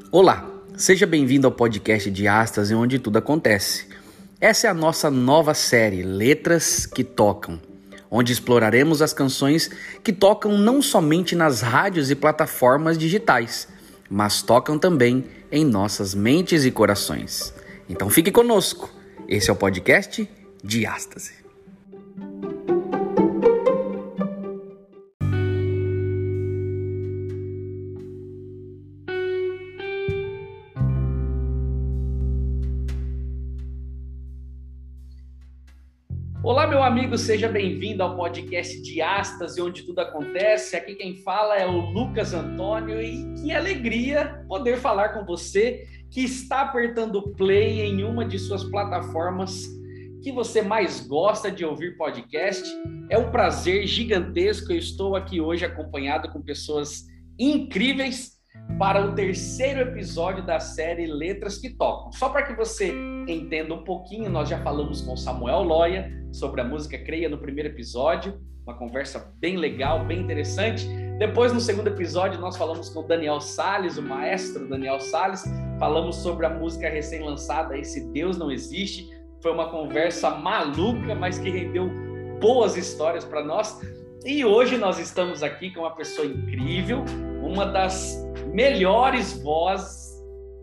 Olá, seja bem-vindo ao podcast de Astas, onde tudo acontece. Essa é a nossa nova série, Letras que Tocam, onde exploraremos as canções que tocam não somente nas rádios e plataformas digitais, mas tocam também em nossas mentes e corações. Então fique conosco, esse é o podcast de Astas. Olá, meu amigo, seja bem-vindo ao podcast de Astas, onde tudo acontece. Aqui quem fala é o Lucas Antônio e que alegria poder falar com você que está apertando play em uma de suas plataformas que você mais gosta de ouvir podcast. É um prazer gigantesco. Eu estou aqui hoje acompanhado com pessoas incríveis para o terceiro episódio da série Letras que Tocam. Só para que você entenda um pouquinho, nós já falamos com Samuel Loya sobre a música Creia no primeiro episódio, uma conversa bem legal, bem interessante. Depois, no segundo episódio, nós falamos com o Daniel Salles, o maestro Daniel Salles, falamos sobre a música recém-lançada Esse Deus Não Existe. Foi uma conversa maluca, mas que rendeu boas histórias para nós. E hoje nós estamos aqui com uma pessoa incrível, uma das melhores vozes,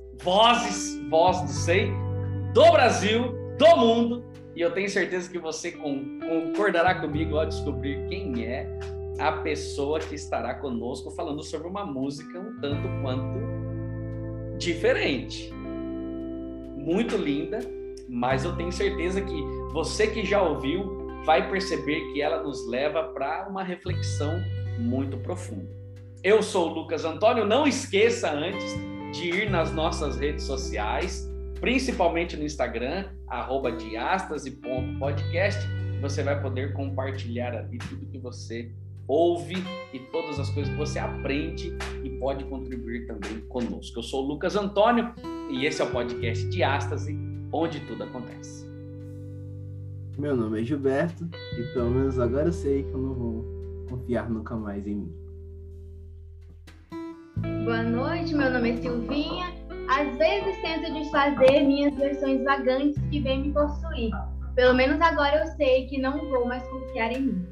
do Brasil, do mundo, e eu tenho certeza que você concordará comigo ao descobrir quem é a pessoa que estará conosco falando sobre uma música um tanto quanto diferente. Muito linda, mas eu tenho certeza que você que já ouviu vai perceber que ela nos leva para uma reflexão muito profunda. Eu sou o Lucas Antônio, não esqueça antes de ir nas nossas redes sociais, principalmente no Instagram, @diastase.podcast. Você vai poder compartilhar ali tudo que você ouve e todas as coisas que você aprende e pode contribuir também conosco. Eu sou o Lucas Antônio e esse é o podcast de Astase, onde tudo acontece. Meu nome é Gilberto e pelo menos agora eu sei que eu não vou confiar nunca mais em mim. Boa noite, meu nome é Silvinha. Às vezes tento desfazer minhas versões vagantes que vêm me possuir. Pelo menos agora eu sei que não vou mais confiar em mim.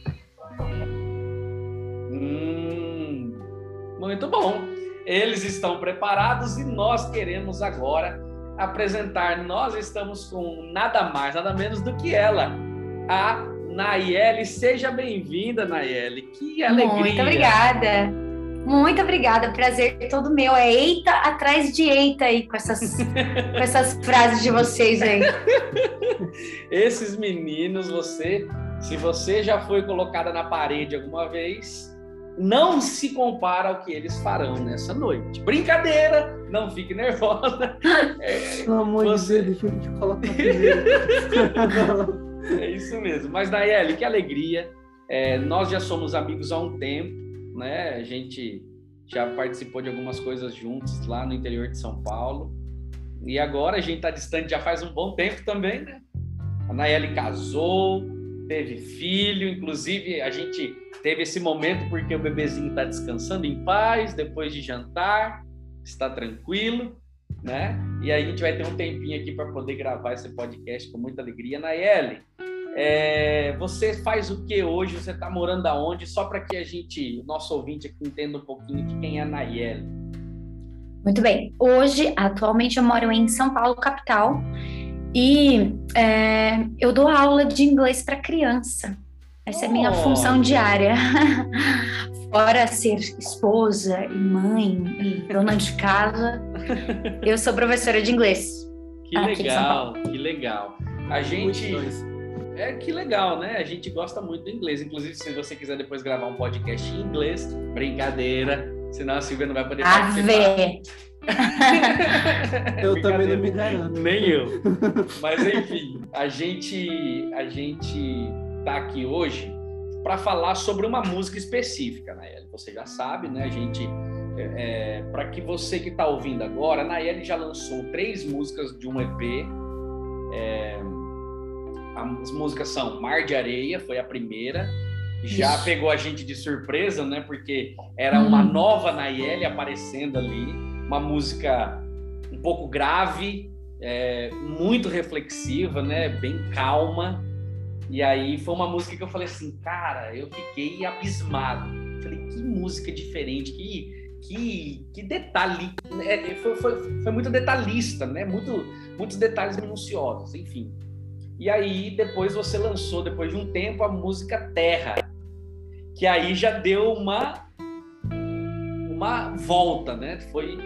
Muito bom. Eles estão preparados e nós queremos agora apresentar. Nós estamos com nada mais, nada menos do que ela, a Nayeli. Seja bem-vinda, Nayeli. Que alegria. Muito obrigada. Muito obrigada, prazer todo meu. É eita atrás de eita aí com essas frases de vocês aí. Esses meninos, se você já foi colocada na parede alguma vez, não se compara ao que eles farão nessa noite. Brincadeira, não fique nervosa. Pelo amor de Deus, deixa eu te colocar primeiro. É isso mesmo. Mas, Nayeli, que alegria. Nós já somos amigos há um tempo, né? A gente já participou de algumas coisas juntos lá no interior de São Paulo e agora a gente está distante já faz um bom tempo também, né? A Nayeli casou, teve filho, inclusive a gente teve esse momento porque o bebezinho está descansando em paz depois de jantar, está tranquilo, né? E aí a gente vai ter um tempinho aqui para poder gravar esse podcast com muita alegria. Nayeli, você faz o que hoje? Você está morando aonde? Só para que o nosso ouvinte aqui entenda um pouquinho de quem é a Nayeli. Muito bem. Hoje, atualmente, eu moro em São Paulo, capital, e eu dou aula de inglês para criança. Essa é a minha função diária. Fora ser esposa e mãe e dona de casa, eu sou professora de inglês. Que legal, que legal. A gente... que legal, né? A gente gosta muito do inglês. Inclusive, se você quiser depois gravar um podcast em inglês, brincadeira, senão a Silvia não vai poder participar. Eu também não me garanto. Nem eu. Mas, enfim, a gente tá aqui hoje para falar sobre uma música específica, Nayeli. Você já sabe, né? A gente... para que você que está ouvindo agora, a Nayeli já lançou 3 músicas de um EP. As músicas são Mar de Areia, foi a primeira. Já pegou a gente de surpresa, né? Porque era uma nova Nayeli aparecendo ali. uma música um pouco grave, muito reflexiva, né? Bem calma. E aí foi uma música que eu falei assim, cara, eu fiquei abismado. Falei, que música diferente, que detalhe, foi muito detalhista, né? Muitos detalhes minuciosos, enfim. E aí depois você lançou, depois de um tempo, a música Terra, que aí já deu uma volta, né? Foi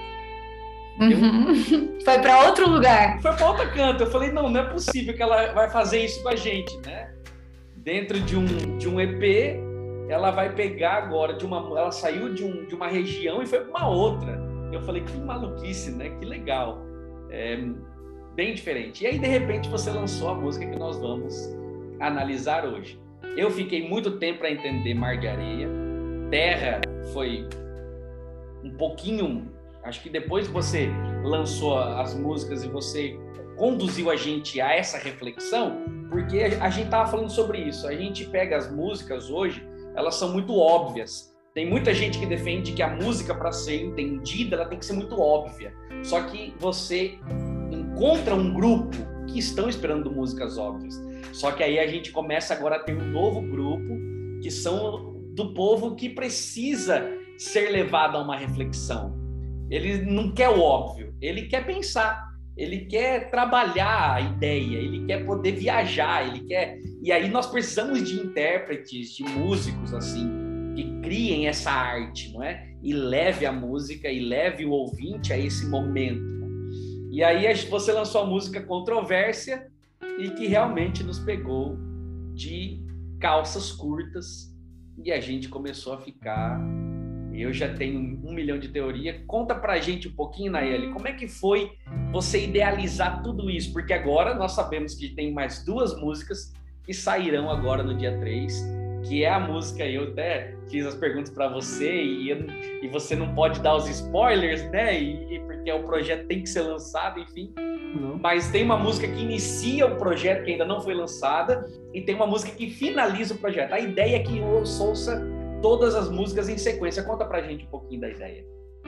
para outro lugar. Foi para outro canto. Eu falei, não é possível que ela vai fazer isso com a gente, né? Dentro de um EP, ela vai pegar agora ela saiu de uma região e foi para uma outra. Eu falei, que maluquice, né? Que legal. Bem diferente. E aí, de repente, você lançou a música que nós vamos analisar hoje. Eu fiquei muito tempo para entender Mar de Areia. Terra foi um pouquinho... Acho que depois que você lançou as músicas e você conduziu a gente a essa reflexão, porque a gente estava falando sobre isso. A gente pega as músicas hoje, elas são muito óbvias. Tem muita gente que defende que a música, para ser entendida, ela tem que ser muito óbvia. Só que você encontra um grupo que estão esperando músicas óbvias. Só que aí a gente começa agora a ter um novo grupo, que são do povo que precisa ser levado a uma reflexão. Ele não quer o óbvio, ele quer pensar, ele quer trabalhar a ideia, ele quer poder viajar, E aí nós precisamos de intérpretes, de músicos, assim, que criem essa arte, não é? E leve a música, e leve o ouvinte a esse momento. Né? E aí você lançou a música Controvérsia, e que realmente nos pegou de calças curtas, e a gente começou a ficar... Eu já tenho 1 milhão de teoria. Conta pra gente um pouquinho, Nayeli, como é que foi você idealizar tudo isso? Porque agora nós sabemos que tem mais 2 músicas que sairão agora no dia 3, que é a música, eu até fiz as perguntas para você e você não pode dar os spoilers, né? Porque o projeto tem que ser lançado, enfim. Não. Mas tem uma música que inicia o projeto, que ainda não foi lançada, e tem uma música que finaliza o projeto. A ideia é que eu ouça todas as músicas em sequência. Conta pra gente um pouquinho da ideia.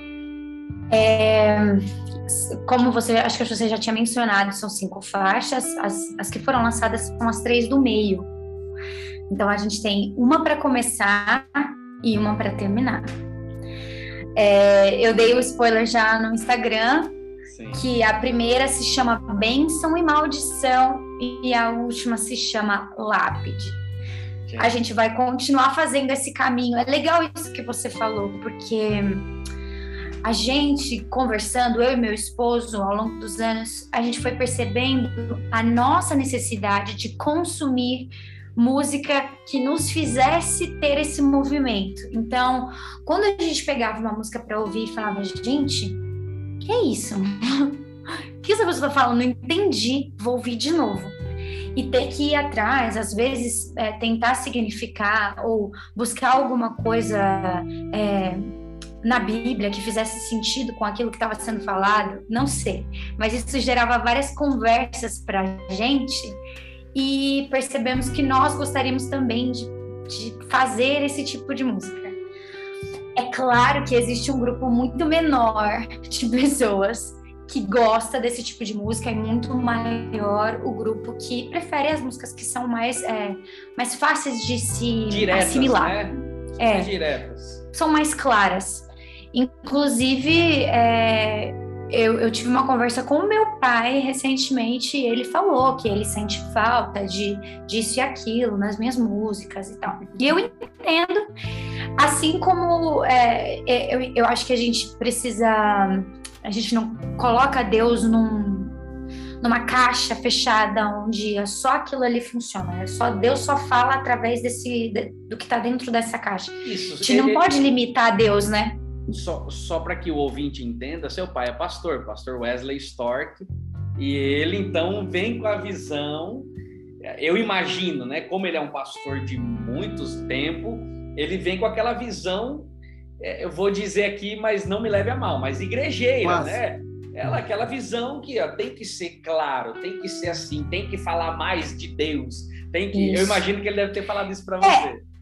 Como acho que você já tinha mencionado, são 5 faixas. As que foram lançadas são as 3 do meio. Então a gente tem uma para começar e uma para terminar. Eu dei o spoiler já no Instagram. Sim. Que a primeira se chama Bênção e Maldição e a última se chama Lápide. A gente vai continuar fazendo esse caminho. É legal isso que você falou, porque a gente conversando, eu e meu esposo, ao longo dos anos, a gente foi percebendo a nossa necessidade de consumir música que nos fizesse ter esse movimento. Então, quando a gente pegava uma música para ouvir e falava, gente, que é isso? O que essa pessoa tá falando? Não entendi, vou ouvir de novo. E ter que ir atrás, às vezes tentar significar ou buscar alguma coisa na Bíblia que fizesse sentido com aquilo que estava sendo falado, não sei. Mas isso gerava várias conversas para a gente e percebemos que nós gostaríamos também de fazer esse tipo de música. É claro que existe um grupo muito menor de pessoas que gosta desse tipo de música, é muito maior o grupo que prefere as músicas que são mais fáceis de se diretas, assimilar. Né? Diretas. São mais claras. Inclusive, eu tive uma conversa com o meu pai recentemente e ele falou que ele sente falta disso e aquilo nas minhas músicas e tal. E eu entendo, assim como eu acho que a gente precisa... A gente não coloca Deus numa caixa fechada onde só aquilo ali funciona. Deus só fala através do que está dentro dessa caixa. Isso, a gente não pode limitar a Deus, né? Só para que o ouvinte entenda, seu pai é pastor Wesley Storck, e ele então vem com a visão, eu imagino, né, como ele é um pastor de muitos tempos, ele vem com aquela visão, eu vou dizer aqui, mas não me leve a mal, mas igrejeira, quase, né? Aquela visão que tem que ser claro, tem que ser assim, tem que falar mais de Deus, eu imagino que ele deve ter falado isso para você.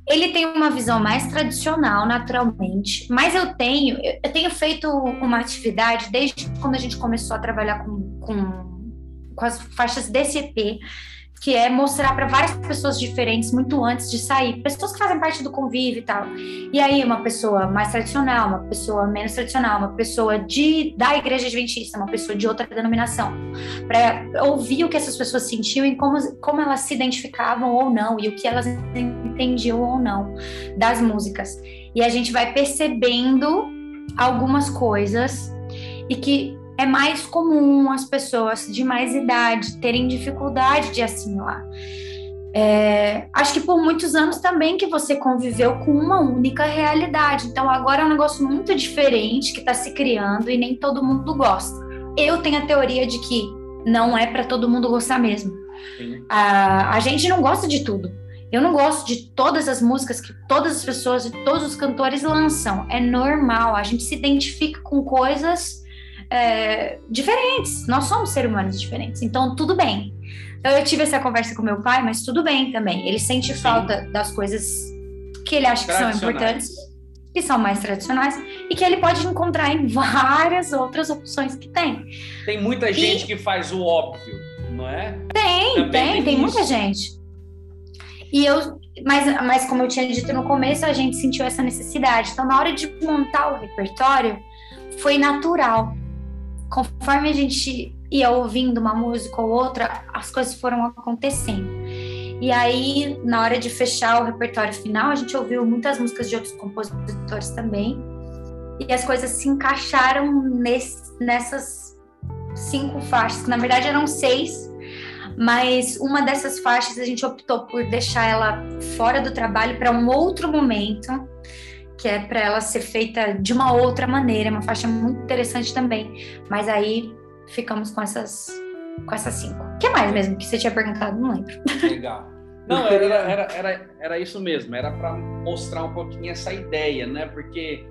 Ele tem uma visão mais tradicional, naturalmente, mas eu tenho feito uma atividade desde quando a gente começou a trabalhar com as faixas desse EP, que é mostrar para várias pessoas diferentes muito antes de sair, pessoas que fazem parte do convívio e tal. E aí uma pessoa mais tradicional, uma pessoa menos tradicional, uma pessoa da igreja adventista, uma pessoa de outra denominação, para ouvir o que essas pessoas sentiam e como elas se identificavam ou não, e o que elas entendiam ou não das músicas. E a gente vai percebendo algumas coisas e que é mais comum as pessoas de mais idade terem dificuldade de assimilar. Acho que por muitos anos também que você conviveu com uma única realidade. Então agora é um negócio muito diferente que está se criando e nem todo mundo gosta. Eu tenho a teoria de que não é para todo mundo gostar mesmo. A gente não gosta de tudo. Eu não gosto de todas as músicas que todas as pessoas e todos os cantores lançam. É normal, a gente se identifica com coisas diferentes. Nós somos seres humanos diferentes, então tudo bem. Então eu tive essa conversa com meu pai, mas tudo bem também. Ele sente falta das coisas que ele acha que são importantes, que são mais tradicionais, e que ele pode encontrar em várias outras opções que tem. Tem muita gente que faz o óbvio, não é? Tem muita gente. Mas como eu tinha dito no começo, a gente sentiu essa necessidade. Então, na hora de montar o repertório, foi natural. Conforme a gente ia ouvindo uma música ou outra, as coisas foram acontecendo. E aí, na hora de fechar o repertório final, a gente ouviu muitas músicas de outros compositores também. E as coisas se encaixaram nessas 5 faixas, que na verdade eram 6, mas uma dessas faixas a gente optou por deixar ela fora do trabalho para um outro momento, que é para ela ser feita de uma outra maneira, é uma faixa muito interessante também, mas aí ficamos com essas 5. O que mais mesmo que você tinha perguntado? Não lembro. Legal. Não, era isso mesmo, era para mostrar um pouquinho essa ideia, né? Porque,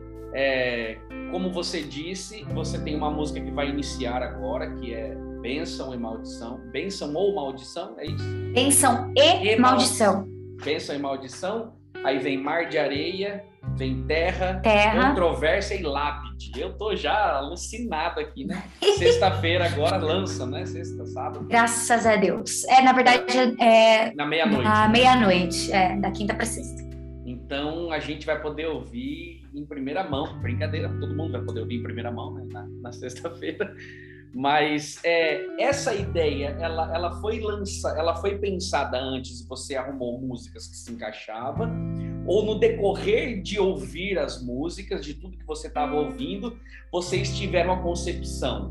como você disse, você tem uma música que vai iniciar agora, que é Bênção e Maldição. Bênção ou Maldição, é isso? Bênção e Maldição. Bênção e Maldição. Aí vem Mar de Areia, vem Terra, Controvérsia e Lápide. Eu tô já alucinado aqui, né? Sexta-feira agora lança, né? Sexta, sábado. Graças a Deus. Na verdade, na meia-noite. Na meia-noite, da quinta para sexta. Então, a gente vai poder ouvir em primeira mão. Brincadeira, todo mundo vai poder ouvir em primeira mão, né? Na sexta-feira. Mas essa ideia, ela foi pensada antes e você arrumou músicas que se encaixavam, ou no decorrer de ouvir as músicas, de tudo que você estava ouvindo, vocês tiveram a concepção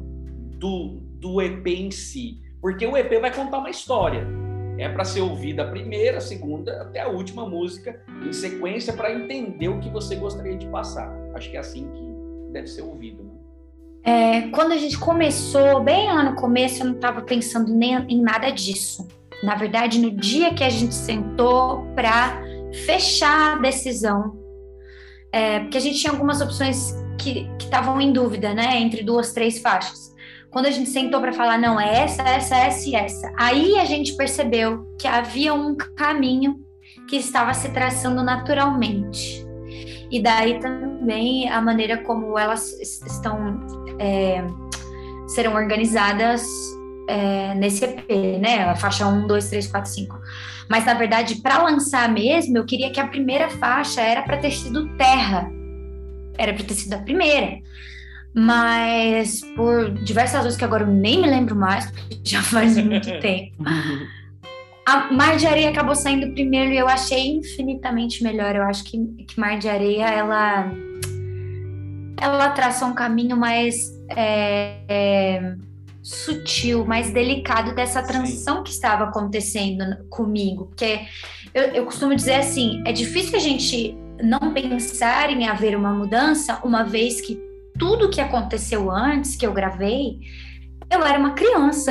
do EP em si? Porque o EP vai contar uma história. É para ser ouvida a primeira, a segunda, até a última música, em sequência, para entender o que você gostaria de passar. Acho que é assim que deve ser ouvido, né? Quando a gente começou, bem lá no começo, eu não estava pensando nem em nada disso. Na verdade, no dia que a gente sentou para fechar a decisão, porque a gente tinha algumas opções que estavam em dúvida, né, entre 2, 3 faixas. Quando a gente sentou para falar, não, é essa e essa, aí a gente percebeu que havia um caminho que estava se traçando naturalmente. E daí também a maneira como elas serão organizadas nesse EP, né? A faixa 1, 2, 3, 4, 5. Mas, na verdade, para lançar mesmo, eu queria que a primeira faixa era para ter sido Terra. Era para ter sido a primeira. Mas, por diversas razões que agora eu nem me lembro mais, porque já faz muito tempo, a Mar de Areia acabou saindo primeiro e eu achei infinitamente melhor. Eu acho que Mar de Areia, ela traça um caminho mais sutil, mais delicado dessa transição que estava acontecendo comigo. Porque eu costumo dizer assim, é difícil a gente não pensar em haver uma mudança, uma vez que tudo que aconteceu antes, que eu gravei, eu era uma criança.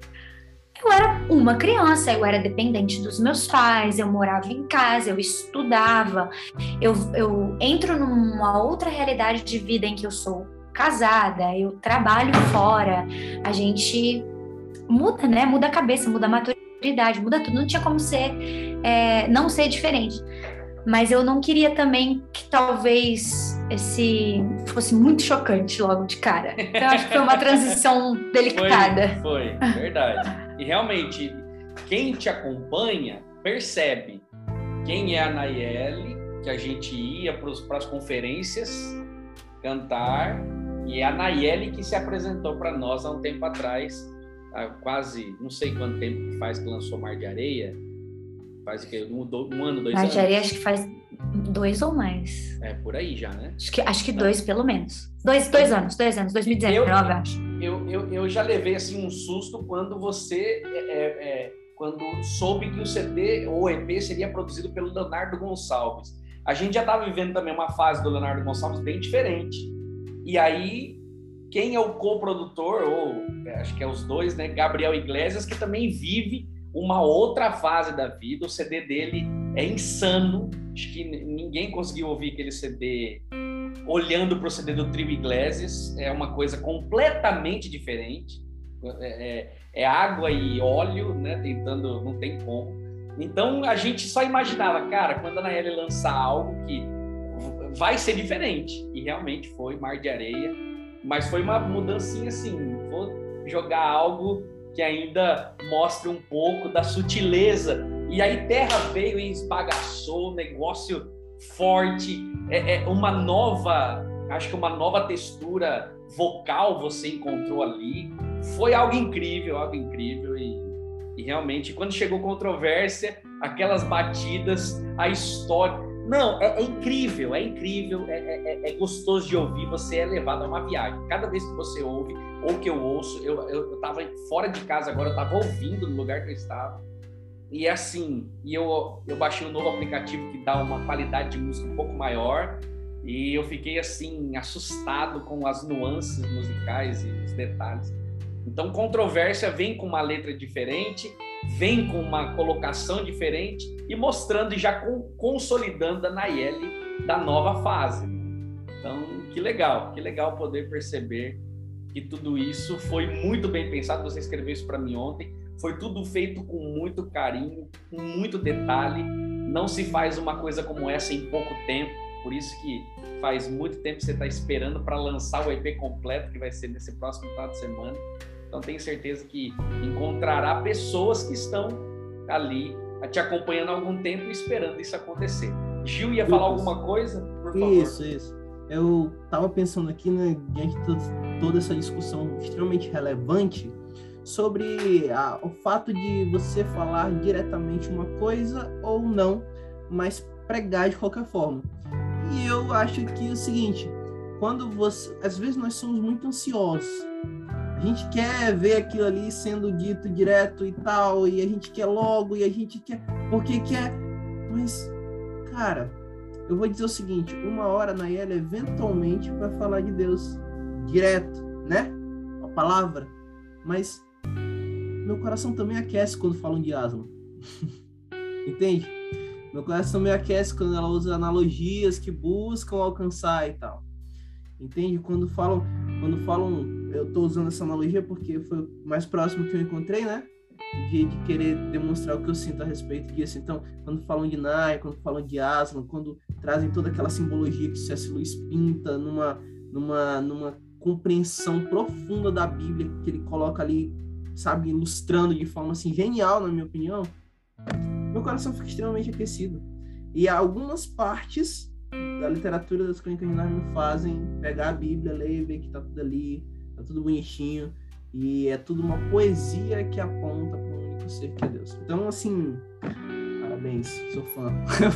Eu era dependente dos meus pais, eu morava em casa, eu estudava, eu entro numa outra realidade de vida em que eu sou casada, eu trabalho fora, a gente muda, né? Muda a cabeça, muda a maturidade, muda tudo, não tinha como não ser diferente. mas eu não queria também que talvez esse fosse muito chocante logo de cara. Então, eu acho que foi uma transição delicada. Foi, verdade. E realmente, quem te acompanha percebe quem é a Nayeli, que a gente ia para as conferências cantar, e é a Nayeli que se apresentou para nós há um tempo atrás, há quase, não sei quanto tempo que faz que lançou Mar de Areia, faz o quê? Um ano, 2 anos? Mar de Areia acho que faz 2 ou mais. É, por aí já, né? Acho que 2 pelo menos. 2 anos, 2019, eu acho. Eu já levei assim um susto quando você... quando soube que o CD ou EP seria produzido pelo Leonardo Gonçalves. A gente já estava vivendo também uma fase do Leonardo Gonçalves bem diferente. E aí, quem é o co-produtor, ou acho que é os dois, né? Gabriel Iglesias, que também vive uma outra fase da vida. O CD dele é insano. Acho que ninguém conseguiu ouvir aquele CD olhando para o CD do Trio Iglesias. É uma coisa completamente diferente. É água e óleo, né? Tentando, não tem como. Então a gente só imaginava, cara, quando a Nayeli lançar algo que vai ser diferente, e realmente foi Mar de Areia, mas foi uma mudancinha assim, vou jogar algo que ainda mostra um pouco da sutileza, e aí Terra veio e esbagaçou, um negócio forte, acho que uma nova textura vocal você encontrou ali. Foi algo incrível e realmente, quando chegou Controvérsia, aquelas batidas, a história... Não, é incrível, é gostoso de ouvir, você é levado a uma viagem. Cada vez que você ouve, ou que eu ouço, eu estava fora de casa agora, eu estava ouvindo no lugar que eu estava, e é assim, eu baixei um novo aplicativo que dá uma qualidade de música um pouco maior, e eu fiquei assim, assustado com as nuances musicais e os detalhes. Então, Controvérsia vem com uma letra diferente, vem com uma colocação diferente e mostrando e já consolidando a Nayeli da nova fase. Então, que legal poder perceber que tudo isso foi muito bem pensado. Você escreveu isso para mim ontem, foi tudo feito com muito carinho, com muito detalhe. Não se faz uma coisa como essa em pouco tempo, por isso que faz muito tempo que você está esperando para lançar o EP completo, que vai ser nesse próximo final de semana. Então, tenho certeza que encontrará pessoas que estão ali te acompanhando há algum tempo e esperando isso acontecer. Gil, ia falar alguma coisa? Por favor. Isso. Eu estava pensando aqui, né, diante de toda essa discussão extremamente relevante sobre o fato de você falar diretamente uma coisa ou não, mas pregar de qualquer forma. E eu acho que é o seguinte, às vezes nós somos muito ansiosos. A gente quer ver aquilo ali sendo dito direto e tal, e a gente quer logo, e a gente quer porque quer. Mas, cara, eu vou dizer o seguinte, uma hora a Nayeli eventualmente vai falar de Deus direto, né? A palavra. Mas meu coração também aquece quando falam de asma. Entende? Meu coração também aquece quando ela usa analogias que buscam alcançar e tal. Entende? Quando falam, eu estou usando essa analogia porque foi o mais próximo que eu encontrei, né? De querer demonstrar o que eu sinto a respeito disso. Então, quando falam de Nai, quando falam de Aslan, quando trazem toda aquela simbologia que C.S. Lewis pinta numa compreensão profunda da Bíblia, que ele coloca ali, sabe, ilustrando de forma assim genial, na minha opinião, meu coração fica extremamente aquecido. E algumas partes da literatura das Crônicas de Nárnia me fazem pegar a Bíblia, ler e ver que tá tudo ali, tá tudo bonitinho, e é tudo uma poesia que aponta para um único ser que é Deus. Então, assim, parabéns, sou fã.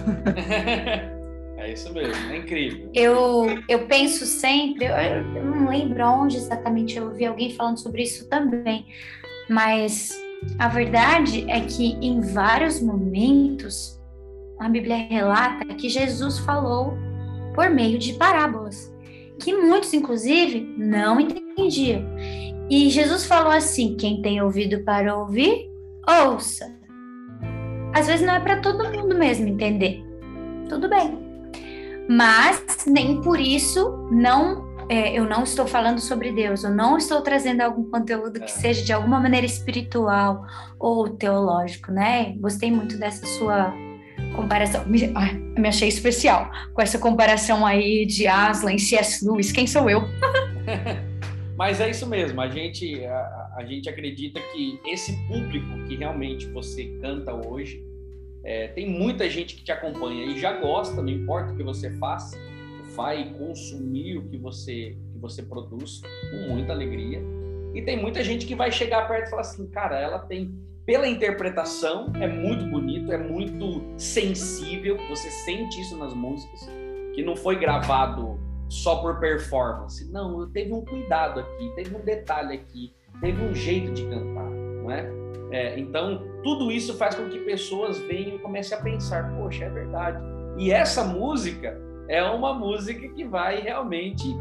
É isso mesmo, é incrível. Eu penso sempre, eu não lembro onde exatamente eu ouvi alguém falando sobre isso também, mas a verdade é que em vários momentos a Bíblia relata que Jesus falou por meio de parábolas, que muitos, inclusive, não entendiam. E Jesus falou assim: quem tem ouvido para ouvir, ouça. Às vezes não é para todo mundo mesmo entender. Tudo bem. Mas nem por isso eu não estou falando sobre Deus, eu não estou trazendo algum conteúdo que seja de alguma maneira espiritual ou teológico, né? Gostei muito dessa sua comparação, me achei especial com essa comparação aí de Aslan, C.S. Lewis, quem sou eu? Mas é isso mesmo, a gente acredita que esse público que realmente você canta hoje, tem muita gente que te acompanha e já gosta, não importa o que você faça, vai consumir o que você produz com muita alegria. E tem muita gente que vai chegar perto e falar assim, cara, ela tem, pela interpretação, é muito bonito, é muito sensível, você sente isso nas músicas, que não foi gravado só por performance. Não, teve um cuidado aqui, teve um detalhe aqui, teve um jeito de cantar, não é? Então, tudo isso faz com que pessoas venham e comecem a pensar, poxa, é verdade. E essa música é uma música que vai realmente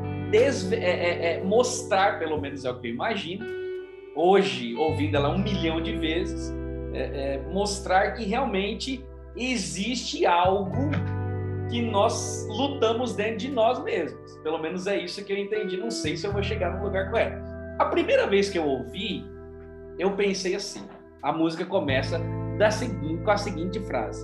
mostrar, pelo menos é o que eu imagino, hoje, ouvindo ela 1 milhão de vezes, mostrar que realmente existe algo que nós lutamos dentro de nós mesmos. Pelo menos é isso que eu entendi. Não sei se eu vou chegar no lugar correto. A primeira vez que eu ouvi, eu pensei assim, a música começa com a seguinte frase.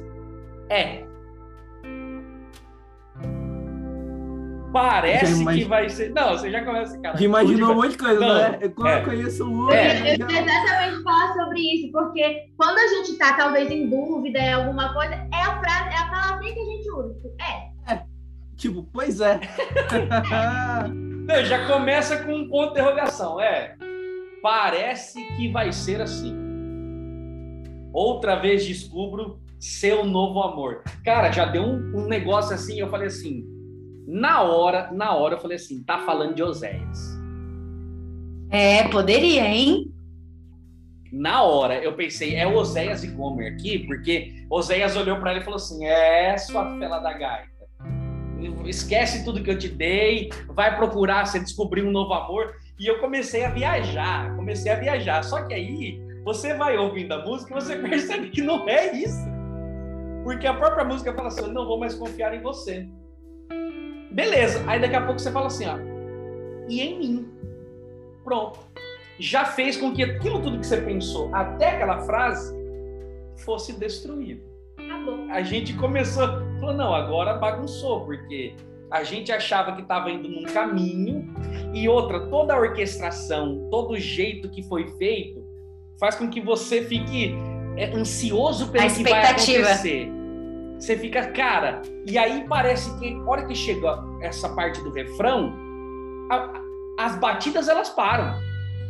Parece que vai ser... Não, você já começa, cara. Já imaginou um monte de coisa, né? Eu conheço o Lucas. Eu ia exatamente falar sobre isso, porque quando a gente tá, talvez, em dúvida em alguma coisa, é a palavrinha que a gente usa. Tipo, pois é. Não, já começa com um ponto de interrogação. Parece que vai ser assim. Outra vez descubro seu novo amor. Cara, já deu um negócio assim, eu falei assim... Na hora eu falei assim, tá falando de Oséias. Poderia, hein? Na hora eu pensei, é Oséias e Gomer aqui, porque Oséias olhou para ele e falou assim, sua fela da gaita, esquece tudo que eu te dei, vai procurar, você descobrir um novo amor. E eu comecei a viajar, só que aí você vai ouvindo a música e você percebe que não é isso, porque a própria música fala assim, eu não vou mais confiar em você. Beleza, aí daqui a pouco você fala assim, e em mim. Pronto. Já fez com que aquilo tudo que você pensou até aquela frase fosse destruído. Acabou. A gente falou, não, agora bagunçou, porque a gente achava que estava indo num caminho e toda a orquestração, todo o jeito que foi feito faz com que você fique ansioso pelo que vai acontecer. Você fica, cara, e aí parece que a hora que chega essa parte do refrão, as batidas elas param.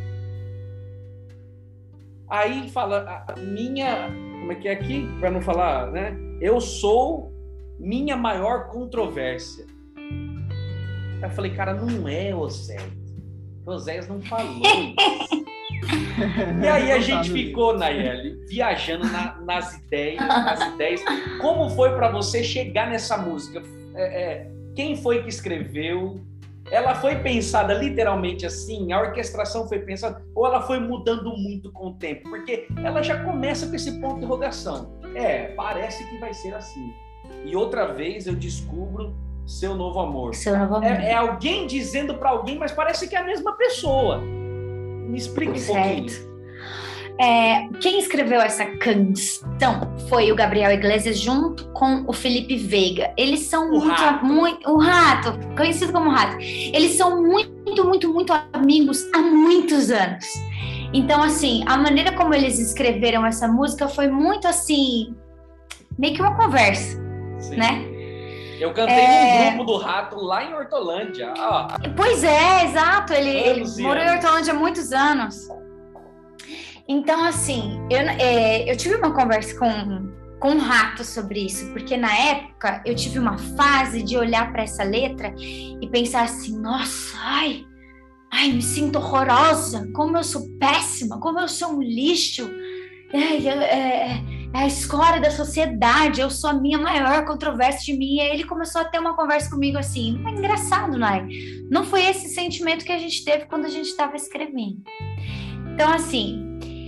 Aí fala, como é que é aqui? Para não falar, né? Eu sou minha maior controvérsia. Aí eu falei, cara, não é Oséias. Oséias não falou isso. E aí a gente ficou, Nayeli, viajando nas ideias. Como foi para você chegar nessa música? Quem foi que escreveu? Ela foi pensada literalmente assim? A orquestração foi pensada? Ou ela foi mudando muito com o tempo? Porque ela já começa com esse ponto de interrogação. Parece que vai ser assim. E outra vez eu descubro seu novo amor. Seu novo amor. É alguém dizendo para alguém, mas parece que é a mesma pessoa. Me explica um pouquinho. Quem escreveu essa canção foi o Gabriel Iglesias junto com o Felipe Veiga. Eles são o Rato, conhecido como Rato. Eles são muito amigos há muitos anos. Então, assim, a maneira como eles escreveram essa música foi muito assim, meio que uma conversa, né? Eu cantei num grupo do Rato lá em Hortolândia. Pois é, exato. Ele morou em Hortolândia há muitos anos. Então, assim, eu tive uma conversa com o Rato sobre isso, porque na época eu tive uma fase de olhar para essa letra e pensar assim, nossa, ai, me sinto horrorosa, como eu sou péssima, como eu sou um lixo. É a escória da sociedade, eu sou a minha maior controvérsia de mim. E aí ele começou a ter uma conversa comigo assim, é engraçado, Nai. Não foi esse sentimento que a gente teve quando a gente estava escrevendo. Então, assim,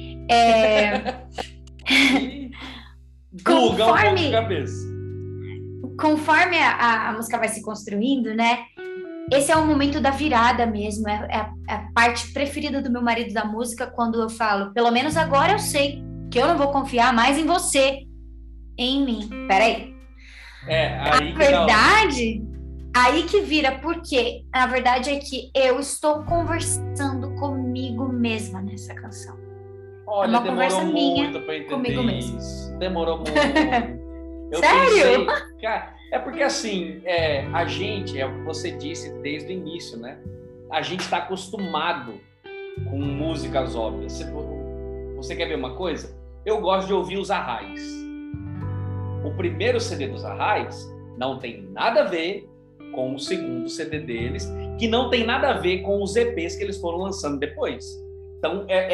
conforme a música vai se construindo, né? Esse é o momento da virada mesmo, é a parte preferida do meu marido da música, quando eu falo, pelo menos agora eu sei que eu não vou confiar mais em você. em mim. Peraí. Aí a verdade, aí que vira, porque a verdade é que eu estou conversando comigo mesma nessa canção. Olha, uma conversa minha para entender comigo mesma. isso. Demorou muito. Sério? Cara, é porque assim, a gente, é o que você disse desde o início, né? A gente está acostumado com músicas óbvias. Você quer ver uma coisa? Eu gosto de ouvir os Arrais. O primeiro CD dos Arrais não tem nada a ver com o segundo CD deles, que não tem nada a ver com os EPs que eles foram lançando depois. Então, é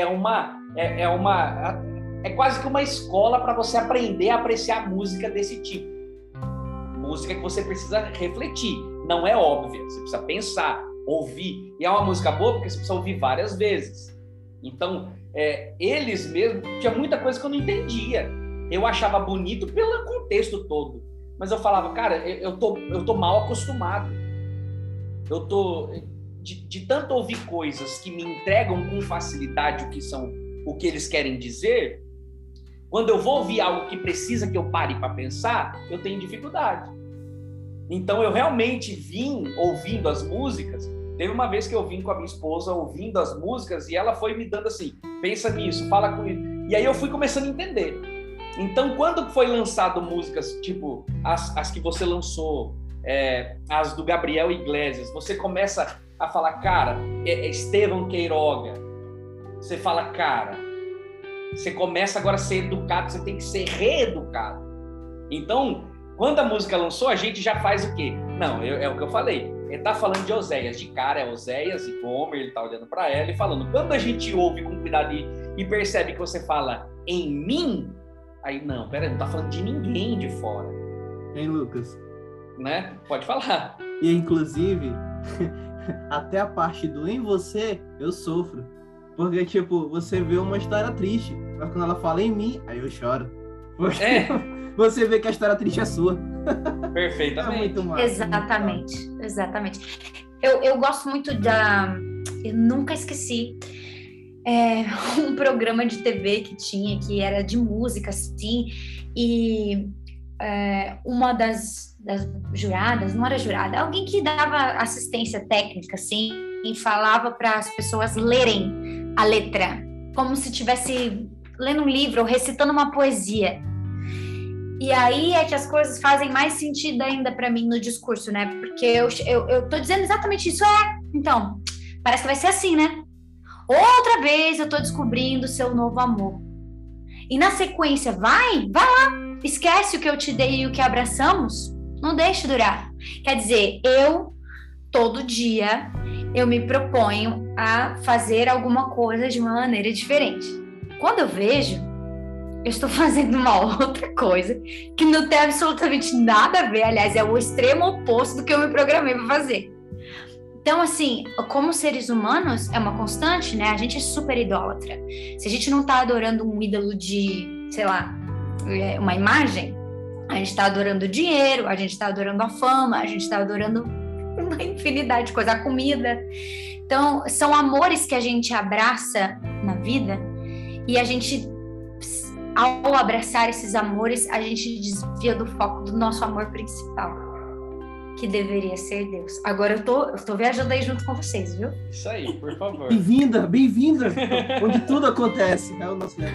quase que uma escola para você aprender a apreciar música desse tipo. Música que você precisa refletir. Não é óbvia, você precisa pensar, ouvir. E é uma música boa porque você precisa ouvir várias vezes. Então, eles mesmos, tinha muita coisa que eu não entendia. Eu achava bonito pelo contexto todo. Mas eu falava, cara, eu tô mal acostumado. Eu tô... De tanto ouvir coisas que me entregam com facilidade o que eles querem dizer, quando eu vou ouvir algo que precisa que eu pare para pensar, eu tenho dificuldade. Então eu realmente vim ouvindo as músicas. Teve uma vez que eu vim com a minha esposa ouvindo as músicas e ela foi me dando assim, pensa nisso, fala comigo. E aí eu fui começando a entender. Então quando foi lançado músicas tipo as que você lançou, as do Gabriel Iglesias, você começa a falar, cara, Estevão Queiroga. Você fala, cara, você começa agora a ser educado, você tem que ser reeducado. Então, quando a música lançou, a gente já faz o quê? Não, é o que eu falei. Ele tá falando de Oséias, de cara, é Oséias e Gomer, ele tá olhando para ela e falando. Quando a gente ouve com cuidado e percebe que você fala em mim, aí não, peraí, não tá falando de ninguém de fora. Hein, Lucas? Né? Pode falar. E, inclusive, até a parte do em você, eu sofro. Porque, tipo, você vê uma história triste, mas quando ela fala em mim, aí eu choro. Porque você vê que a história triste é sua. Perfeitamente. É muito massa, Exatamente. Eu gosto muito eu nunca esqueci um programa de TV que tinha, que era de música, assim, e uma das juradas, não era jurada, alguém que dava assistência técnica, assim, e falava para as pessoas lerem a letra, como se estivesse lendo um livro ou recitando uma poesia. E aí é que as coisas fazem mais sentido ainda para mim no discurso, né? Porque eu tô dizendo exatamente isso. Então, parece que vai ser assim, né? Outra vez eu tô descobrindo o seu novo amor. E na sequência, vai lá, esquece o que eu te dei e o que abraçamos, não deixe durar. Quer dizer, todo dia, eu me proponho a fazer alguma coisa de uma maneira diferente. Quando eu vejo, eu estou fazendo uma outra coisa que não tem absolutamente nada a ver, aliás, é o extremo oposto do que eu me programei para fazer. Então, assim, como seres humanos, é uma constante, né? A gente é super idólatra. Se a gente não está adorando um ídolo de, sei lá, uma imagem, a gente está adorando o dinheiro, a gente está adorando a fama, a gente está adorando uma infinidade de coisas, a comida. Então, são amores que a gente abraça na vida e a gente, ao abraçar esses amores, a gente desvia do foco do nosso amor principal, que deveria ser Deus. Agora eu tô viajando aí junto com vocês, viu? Isso aí, por favor. Bem-vinda, onde tudo acontece. É o nosso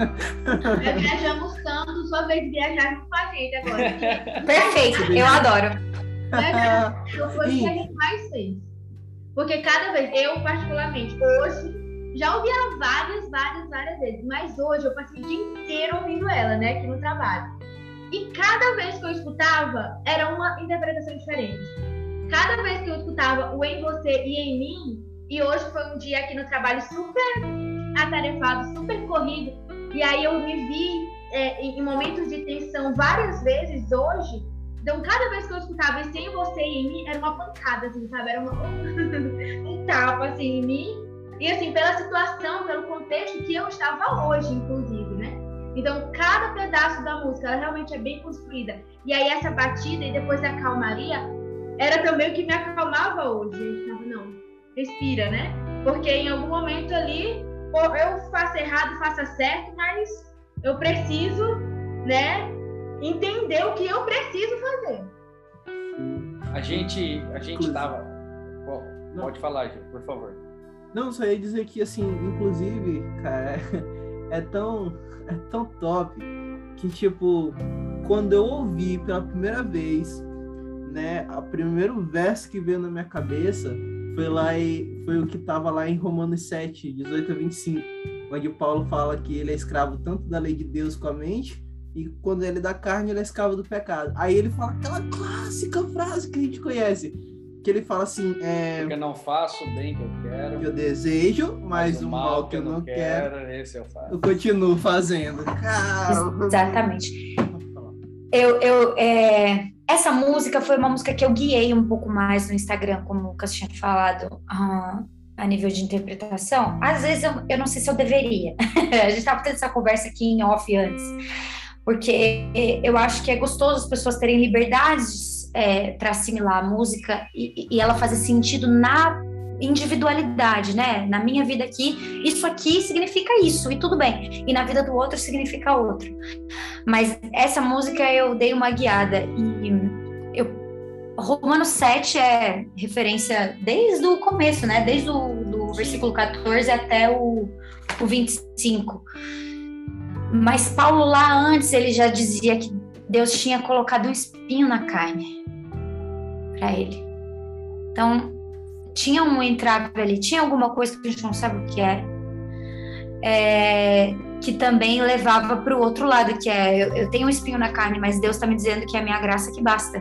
Viajamos tanto, sua vez de viajar com a gente agora. Perfeito, eu adoro. Foi o que a gente mais fez. Porque cada vez, eu particularmente, hoje, já ouvia várias vezes, mas hoje eu passei o dia inteiro ouvindo ela, né, aqui no trabalho. E cada vez que eu escutava, era uma interpretação diferente. Cada vez que eu escutava o em você e em mim, e hoje foi um dia aqui no trabalho super atarefado, super corrido, e aí eu me vi em momentos de tensão várias vezes hoje. Então, cada vez que eu escutava esse em você e em mim, era uma pancada, assim, sabe? Era um tapa, assim, em mim. E, assim, pela situação, pelo contexto que eu estava hoje, inclusive, né? Então, cada pedaço da música, ela realmente é bem construída. E aí, essa batida e depois a calmaria, era também o que me acalmava hoje. Eu estava, não, respira, né? Porque em algum momento ali, eu faço errado, faça certo, mas eu preciso, né, entender o que eu preciso fazer. A gente tava... Bom, pode falar, Gil, por favor. Não, só ia dizer que, assim, inclusive, cara, é tão top que, tipo, quando eu ouvi pela primeira vez, né, o primeiro verso que veio na minha cabeça foi o que estava lá em Romanos 7, 18 a 25, onde Paulo fala que ele é escravo tanto da lei de Deus com a mente, e quando ele é da carne, ele é escravo do pecado. Aí ele fala aquela clássica frase que a gente conhece, que ele fala assim, porque eu não faço o bem que eu quero, que eu desejo, mas o mal que eu não quero, esse eu faço. eu continuo fazendo. Cara, exatamente. Essa música foi uma música que eu guiei um pouco mais no Instagram, como o Lucas tinha falado, a nível de interpretação. Às vezes eu não sei se eu deveria. A gente estava tendo essa conversa aqui em off antes, porque eu acho que é gostoso as pessoas terem liberdades para assimilar a música e ela fazer sentido na individualidade, né? Na minha vida aqui, isso aqui significa isso, e tudo bem. E na vida do outro significa outro. Mas essa música eu dei uma guiada. E Romanos 7 é referência desde o começo, né? Desde do versículo 14 até o 25. Mas Paulo lá antes, ele já dizia que Deus tinha colocado um espinho na carne para ele. Então, tinha um entrave ali, tinha alguma coisa que a gente não sabe o que que também levava para o outro lado, que eu tenho um espinho na carne, mas Deus está me dizendo que é a minha graça que basta.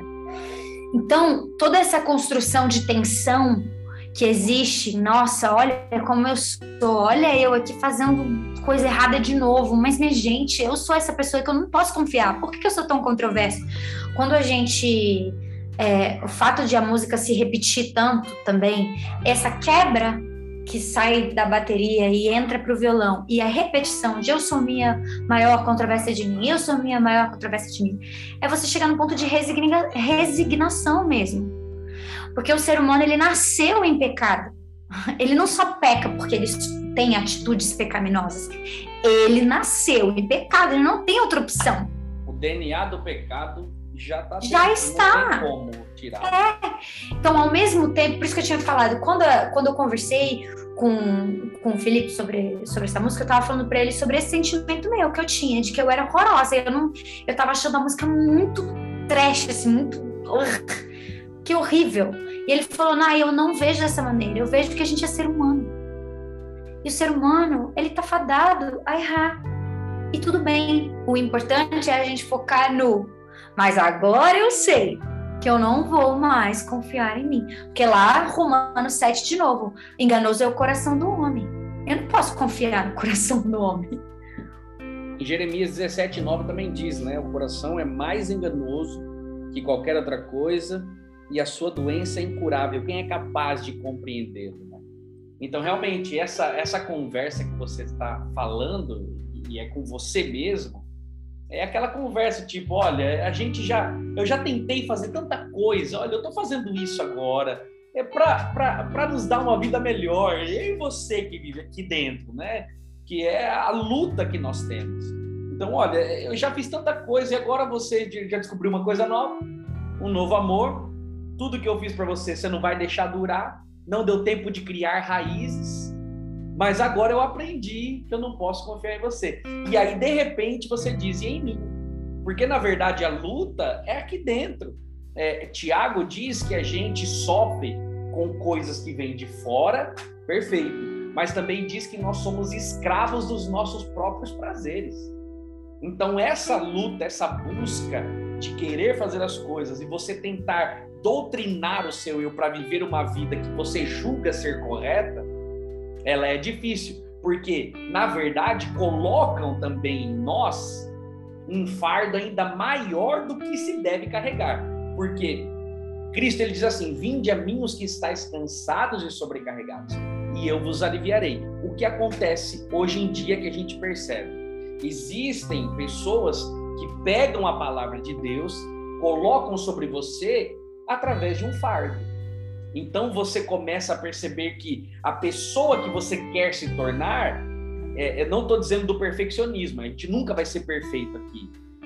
Então, toda essa construção de tensão que existe, nossa, olha como eu sou, olha eu aqui fazendo coisa errada de novo, mas minha gente, eu sou essa pessoa que eu não posso confiar. Por que eu sou tão controversa? Quando a gente... o fato de a música se repetir tanto também, essa quebra que sai da bateria e entra para o violão, e a repetição de eu sou minha maior controvérsia de mim, eu sou minha maior controvérsia de mim, é você chegar num ponto de resignação mesmo. Porque o ser humano, ele nasceu em pecado. Ele não só peca porque ele tem atitudes pecaminosas. Ele nasceu em pecado, ele não tem outra opção. O DNA do pecado já está. Não tem como tirar. Então, ao mesmo tempo, por isso que eu tinha falado, quando eu conversei com o Felipe sobre essa música, eu tava falando pra ele sobre esse sentimento meu que eu tinha, de que eu era horrorosa. Eu tava achando a música muito trash, assim, muito... que horrível. E ele falou, eu não vejo dessa maneira, eu vejo que a gente é ser humano. E o ser humano, ele tá fadado a errar. E tudo bem, o importante é a gente focar mas agora eu sei que eu não vou mais confiar em mim. Porque lá, Romanos 7 de novo, enganoso é o coração do homem. Eu não posso confiar no coração do homem. Em Jeremias 17:9 também diz, né? O coração é mais enganoso que qualquer outra coisa e a sua doença é incurável. Quem é capaz de compreendê-lo? Né? Então, realmente, essa conversa que você está falando, e é com você mesmo, é aquela conversa tipo, olha, eu já tentei fazer tanta coisa, olha, eu estou fazendo isso agora, para nos dar uma vida melhor, eu e você que vive aqui dentro, né? Que é a luta que nós temos. Então, olha, eu já fiz tanta coisa e agora você já descobriu uma coisa nova, um novo amor, tudo que eu fiz para você não vai deixar durar, não deu tempo de criar raízes, mas agora eu aprendi que eu não posso confiar em você. E aí, de repente, você diz, e em mim? Porque, na verdade, a luta é aqui dentro. Tiago diz que a gente sofre com coisas que vêm de fora, perfeito, mas também diz que nós somos escravos dos nossos próprios prazeres. Então, essa luta, essa busca de querer fazer as coisas e você tentar doutrinar o seu eu para viver uma vida que você julga ser correta, ela é difícil, porque, na verdade, colocam também em nós um fardo ainda maior do que se deve carregar. Porque Cristo, ele diz assim, vinde a mim os que estáis cansados e sobrecarregados, e eu vos aliviarei. O que acontece hoje em dia que a gente percebe? Existem pessoas que pegam a palavra de Deus, colocam sobre você através de um fardo. Então você começa a perceber que a pessoa que você quer se tornar, eu não estou dizendo do perfeccionismo, a gente nunca vai ser perfeito aqui,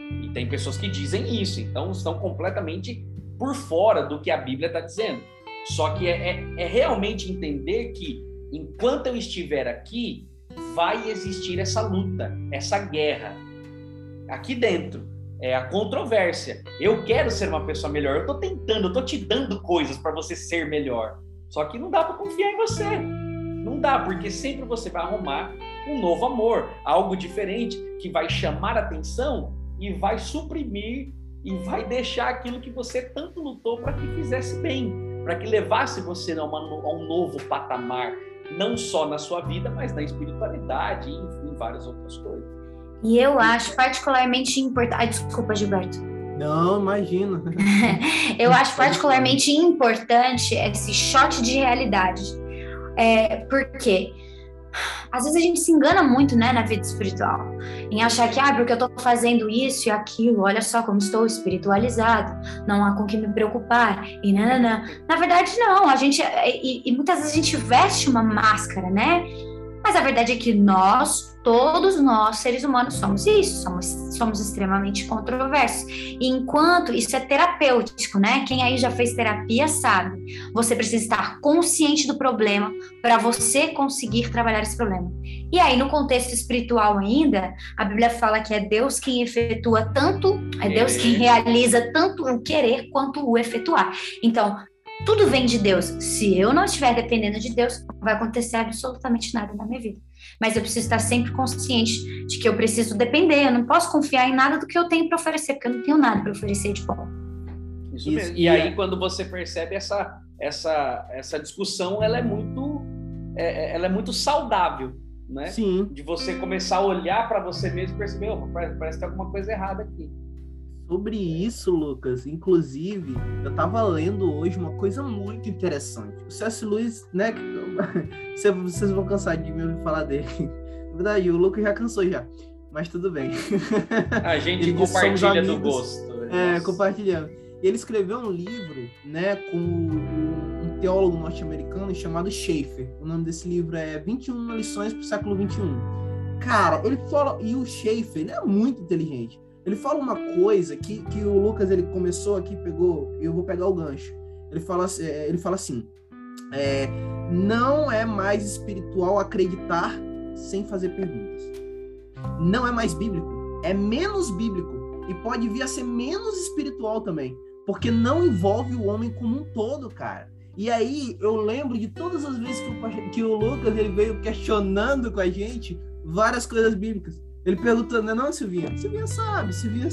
E tem pessoas que dizem isso, então estão completamente por fora do que a Bíblia está dizendo. Só que é realmente entender que, enquanto eu estiver aqui, vai existir essa luta, essa guerra. Aqui dentro, é a controvérsia. Eu quero ser uma pessoa melhor, eu estou tentando, eu estou te dando coisas para você ser melhor. Só que não dá para confiar em você. Não dá, porque sempre você vai arrumar um novo amor, algo diferente, que vai chamar a atenção e vai suprimir e vai deixar aquilo que você tanto lutou para que fizesse bem, para que levasse você a um novo patamar, não só na sua vida, mas na espiritualidade e em várias outras coisas. E eu acho particularmente importante... Ai, desculpa, Gilberto. Não, imagina. Eu acho particularmente importante esse shot de realidade. Porque às vezes a gente se engana muito, né, na vida espiritual, em achar que, porque eu tô fazendo isso e aquilo, olha só como estou espiritualizado, não há com que me preocupar, e nananã. Na verdade, não, a gente, e muitas vezes a gente veste uma máscara, né, mas a verdade é que todos nós, seres humanos, somos isso, somos extremamente controversos. E enquanto isso é terapêutico, né? Quem aí já fez terapia sabe. Você precisa estar consciente do problema para você conseguir trabalhar esse problema. E aí, no contexto espiritual ainda, a Bíblia fala que é Deus quem efetua tanto, é Deus quem realiza tanto o querer quanto o efetuar. Então, tudo vem de Deus. Se eu não estiver dependendo de Deus, não vai acontecer absolutamente nada na minha vida. Mas eu preciso estar sempre consciente de que eu preciso depender. Eu não posso confiar em nada do que eu tenho para oferecer, porque eu não tenho nada para oferecer de bom. Isso mesmo. E aí, quando você percebe essa discussão, ela é muito saudável, né? Sim. De você começar a olhar para você mesmo e perceber, parece que tem alguma coisa errada aqui. Sobre isso, Lucas, inclusive, eu estava lendo hoje uma coisa muito interessante. O C.S. Lewis, né? Vocês vão cansar de me ouvir falar dele. Na verdade, o Lucas já cansou já, mas tudo bem. A gente compartilha do gosto. Compartilhando. Ele escreveu um livro, né, com um teólogo norte-americano chamado Schaeffer. O nome desse livro é 21 lições para o século XXI. Cara, ele fala... E o Schaeffer, ele é muito inteligente. Ele fala uma coisa que o Lucas, ele começou aqui, pegou, eu vou pegar o gancho. Ele fala assim, não é mais espiritual acreditar sem fazer perguntas. Não é mais bíblico, é menos bíblico e pode vir a ser menos espiritual também, porque não envolve o homem como um todo, cara. E aí eu lembro de todas as vezes que o Lucas, ele veio questionando com a gente várias coisas bíblicas. Ele perguntando, não, Silvinha? Silvinha sabe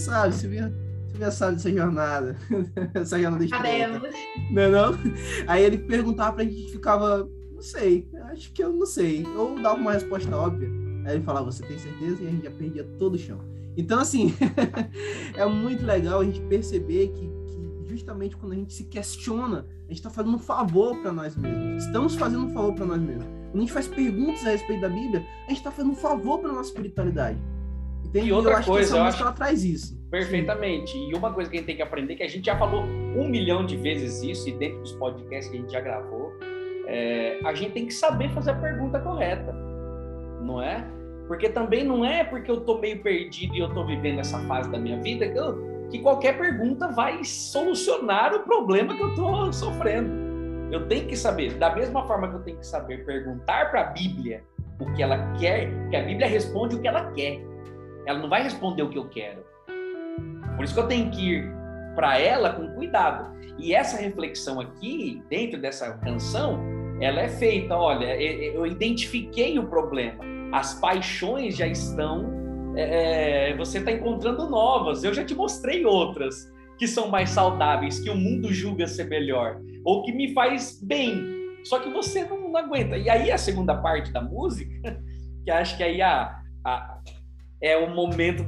dessa jornada, essa jornada estreita. Não? Aí ele perguntava pra gente, ficava, não sei, acho que eu não sei. Ou dava uma resposta óbvia. Aí ele falava, você tem certeza? E a gente já perdia todo o chão. Então, assim, é muito legal a gente perceber que justamente quando a gente se questiona, a gente está fazendo um favor para nós mesmos. Estamos fazendo um favor para nós mesmos. Quando a gente faz perguntas a respeito da Bíblia, a gente está fazendo um favor para a nossa espiritualidade. Entende? E outra coisa, eu acho que ela traz isso. Perfeitamente. Sim. E uma coisa que a gente tem que aprender, que a gente já falou 1 milhão de vezes isso, e dentro dos podcasts que a gente já gravou, a gente tem que saber fazer a pergunta correta, não é? Porque também não é porque eu estou meio perdido e eu estou vivendo essa fase da minha vida que qualquer pergunta vai solucionar o problema que eu estou sofrendo. Eu tenho que saber, da mesma forma que eu tenho que saber perguntar para a Bíblia o que ela quer, que a Bíblia responde o que ela quer. Ela não vai responder o que eu quero. Por isso que eu tenho que ir para ela com cuidado. E essa reflexão aqui, dentro dessa canção, ela é feita, olha, eu identifiquei o problema. As paixões já estão... você está encontrando novas. Eu já te mostrei outras que são mais saudáveis, que o mundo julga ser melhor, ou que me faz bem. Só que você não aguenta. E aí a segunda parte da música, que acho que aí é o momento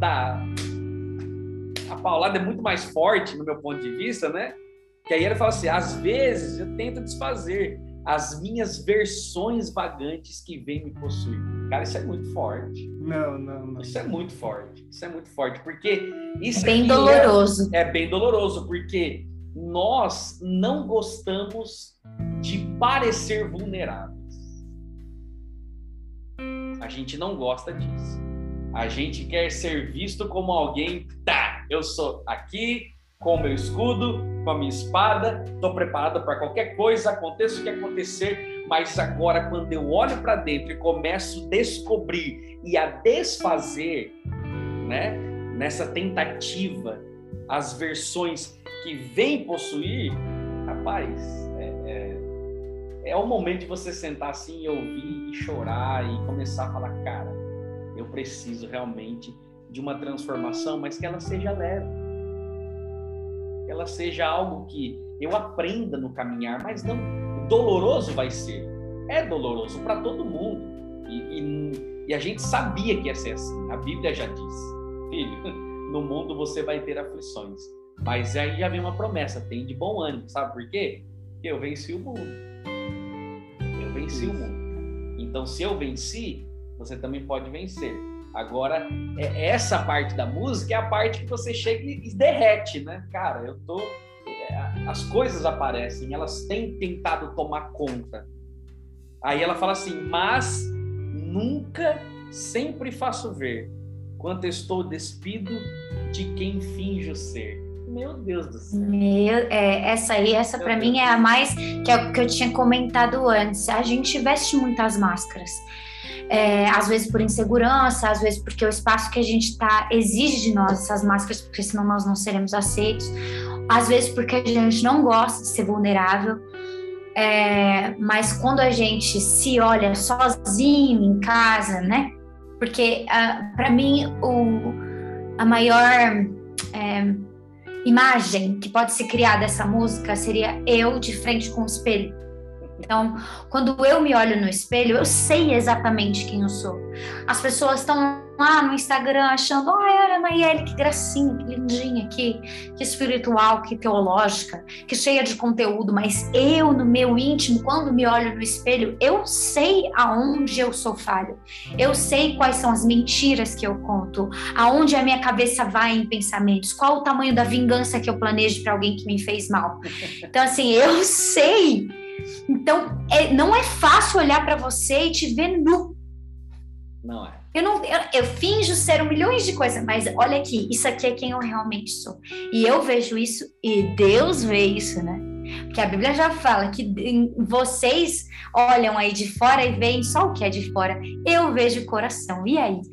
a paulada é muito mais forte no meu ponto de vista, né? Que aí ele fala assim, às vezes eu tento desfazer as minhas versões vagantes que vêm me possuir. Cara, isso é muito forte. Não. Isso é muito forte. Porque isso é bem doloroso. É bem doloroso, porque nós não gostamos de parecer vulneráveis. A gente não gosta disso. A gente quer ser visto como alguém eu sou aqui, com o meu escudo, com a minha espada, estou preparada para qualquer coisa, aconteça o que acontecer, mas agora quando eu olho para dentro e começo a descobrir e a desfazer, né, nessa tentativa, as versões que vêm possuir, rapaz, é o momento de você sentar assim e ouvir e chorar e começar a falar, cara, eu preciso realmente de uma transformação, mas que ela seja leve, que ela seja algo que eu aprenda no caminhar, mas não, doloroso vai ser, é doloroso para todo mundo, e a gente sabia que ia ser assim, a Bíblia já disse, filho, no mundo você vai ter aflições, mas aí já vem uma promessa, tem de bom ânimo, sabe por quê? Porque eu venci o mundo, então se eu venci, você também pode vencer. Agora, essa parte da música é a parte que você chega e derrete, né? Cara, as coisas aparecem, elas têm tentado tomar conta. Aí ela fala assim, mas nunca, sempre faço ver, quanto estou despido de quem finjo ser. Meu Deus do céu. Essa para mim é a mais, que é o que eu tinha comentado antes. A gente veste muitas máscaras. Às vezes por insegurança, às vezes porque o espaço que a gente está exige de nós essas máscaras, porque senão nós não seremos aceitos, às vezes porque a gente não gosta de ser vulnerável, mas quando a gente se olha sozinho em casa, né? Porque para mim a maior imagem que pode se criar dessa música seria eu de frente com o espelho. Então, quando eu me olho no espelho, eu sei exatamente quem eu sou. As pessoas estão lá no Instagram achando, olha a Nayeli, que gracinha, que lindinha, que espiritual, que teológica, que cheia de conteúdo, mas eu, no meu íntimo, quando me olho no espelho, eu sei aonde eu sou falho. Eu sei quais são as mentiras que eu conto, aonde a minha cabeça vai em pensamentos, qual o tamanho da vingança que eu planejo para alguém que me fez mal. Então, assim, eu sei. Então, não é fácil olhar para você e te ver nu. Não é. Eu finjo ser milhões de coisas, mas olha aqui, isso aqui é quem eu realmente sou. E eu vejo isso e Deus vê isso, né? Porque a Bíblia já fala que vocês olham aí de fora e veem só o que é de fora. Eu vejo o coração. E aí?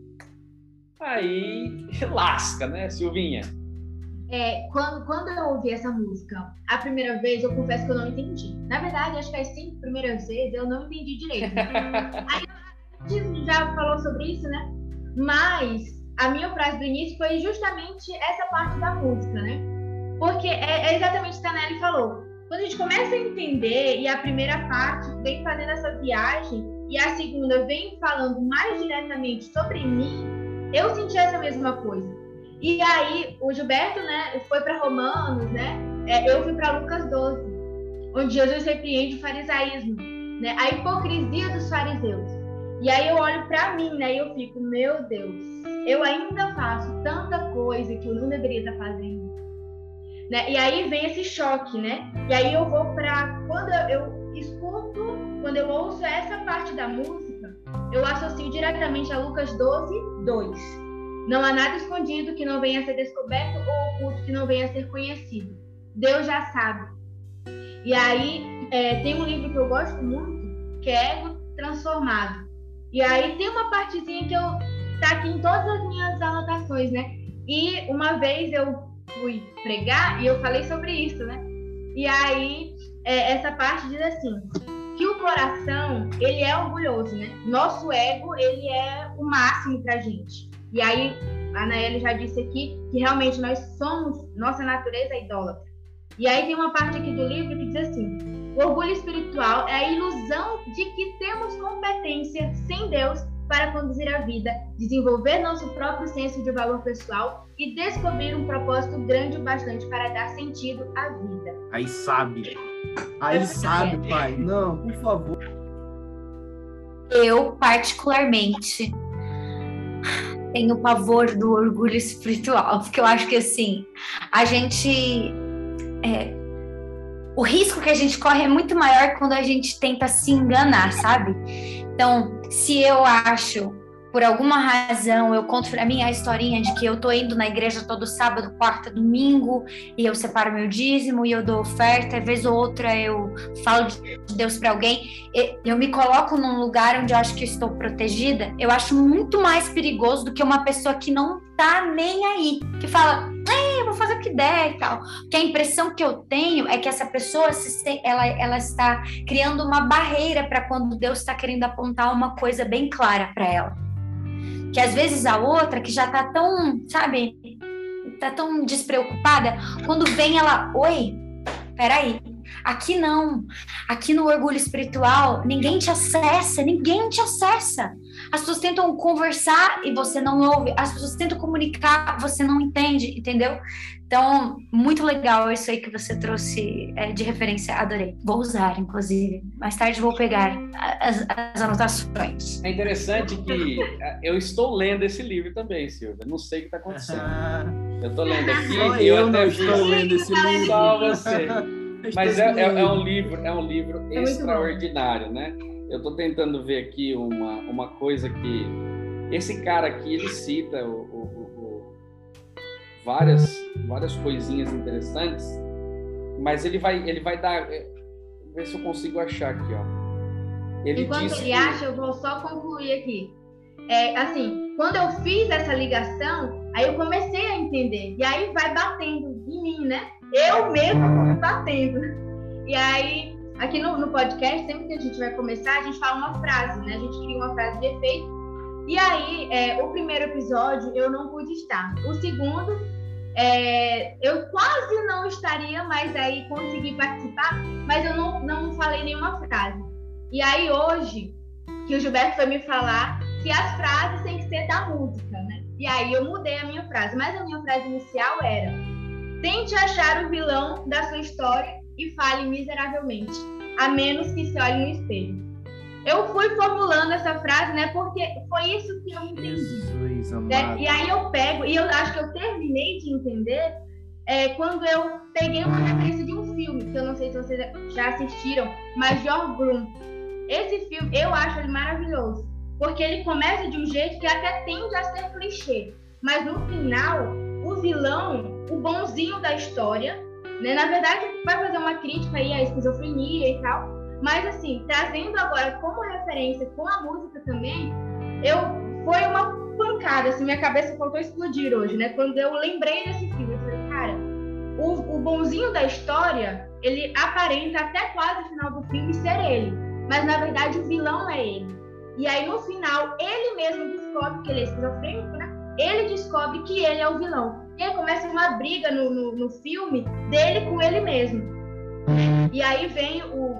Aí lasca, né, Silvinha? Quando eu ouvi essa música a primeira vez, eu confesso que eu não entendi. Na verdade, acho que as 5 primeiras vezes eu não entendi direito. Aí a gente já falou sobre isso, né? Mas a minha frase do início foi justamente essa parte da música, né? Porque é exatamente o que a Nelly falou. Quando a gente começa a entender e a primeira parte vem fazendo essa viagem e a segunda vem falando mais diretamente sobre mim, eu senti essa mesma coisa. E aí, o Gilberto, né, foi para Romanos, né? Eu fui para Lucas 12, onde Jesus repreende o farisaísmo, né? A hipocrisia dos fariseus. E aí eu olho para mim, né, e eu fico, meu Deus, eu ainda faço tanta coisa que eu não deveria estar fazendo, né? E aí vem esse choque, né? E aí eu vou para, quando eu escuto, quando eu ouço essa parte da música, eu associo diretamente a Lucas 12, 2. Não há nada escondido que não venha a ser descoberto ou oculto que não venha a ser conhecido. Deus já sabe. E aí, tem um livro que eu gosto muito, que é Ego Transformado. E aí tem uma partezinha que tá aqui em todas as minhas anotações, né? E uma vez eu fui pregar e eu falei sobre isso, né? E aí, essa parte diz assim, que o coração, ele é orgulhoso, né? Nosso ego, ele é o máximo pra gente. E aí, a Nayeli já disse aqui que realmente nossa natureza é idólatra. E aí tem uma parte aqui do livro que diz assim, o orgulho espiritual é a ilusão de que temos competência sem Deus para conduzir a vida, desenvolver nosso próprio senso de valor pessoal e descobrir um propósito grande o bastante para dar sentido à vida. Aí sabe, pai. Não, por favor. Eu, particularmente, tenho pavor do orgulho espiritual, porque eu acho que, assim, a gente... o risco que a gente corre é muito maior quando a gente tenta se enganar, sabe? Então, se eu acho por alguma razão, eu conto pra mim a historinha de que eu tô indo na igreja todo sábado, quarta, domingo, e eu separo meu dízimo e eu dou oferta, vez ou outra eu falo de Deus pra alguém, eu me coloco num lugar onde eu acho que eu estou protegida, eu acho muito mais perigoso do que uma pessoa que não tá nem aí, que fala, eu vou fazer o que der e tal. Porque a impressão que eu tenho é que essa pessoa ela está criando uma barreira para quando Deus está querendo apontar uma coisa bem clara para ela. Que às vezes a outra, que já tá tão, sabe, tá tão despreocupada, quando vem ela, oi, peraí, aqui não, aqui no orgulho espiritual, ninguém te acessa. As pessoas tentam conversar e você não ouve, as pessoas tentam comunicar, você não entende, entendeu? Então, muito legal isso aí que você trouxe de referência, adorei. Vou usar, inclusive. Mais tarde vou pegar as anotações. É interessante que eu estou lendo esse livro também, Silvia. Não sei o que está acontecendo. Eu estou lendo aqui. Eu não estou lendo esse livro. Só você. Mas é um livro extraordinário, né? Eu estou tentando ver aqui uma coisa que esse cara aqui, ele cita várias coisinhas interessantes, mas ele vai dar, ver se eu consigo achar aqui, ó. Enquanto ele acha, eu vou só concluir aqui. Assim, quando eu fiz essa ligação, aí eu comecei a entender, e aí vai batendo em mim, né? Eu mesmo batendo. E aí, aqui no podcast, sempre que a gente vai começar, a gente fala uma frase, né? A gente cria uma frase de efeito. E aí, o primeiro episódio, eu não pude estar. O segundo, eu quase não estaria, mas aí consegui participar, mas eu não falei nenhuma frase. E aí, hoje, que o Gilberto foi me falar que as frases têm que ser da música, né? E aí, eu mudei a minha frase. Mas a minha frase inicial era: tente achar o vilão da sua história e fale miseravelmente, a menos que se olhe no espelho. Eu fui formulando essa frase, né, porque foi isso que eu entendi. Né? E aí eu pego, e eu acho que eu terminei de entender quando eu peguei uma referência de um filme, que eu não sei se vocês já assistiram, Major Broom. Esse filme, eu acho ele maravilhoso, porque ele começa de um jeito que até tende a ser clichê, mas no final, o vilão, o bonzinho da história, né, na verdade vai fazer uma crítica aí à esquizofrenia e tal, mas assim, trazendo agora como referência com a música também, foi uma pancada, assim, minha cabeça faltou explodir hoje, né, quando eu lembrei desse filme, eu falei, cara, o bonzinho da história, ele aparenta até quase o final do filme ser ele, mas na verdade o vilão é ele. E aí no final, ele mesmo descobre que ele é esquizofrênico, né? Ele descobre que ele é o vilão. E aí começa uma briga no filme dele com ele mesmo. E aí vem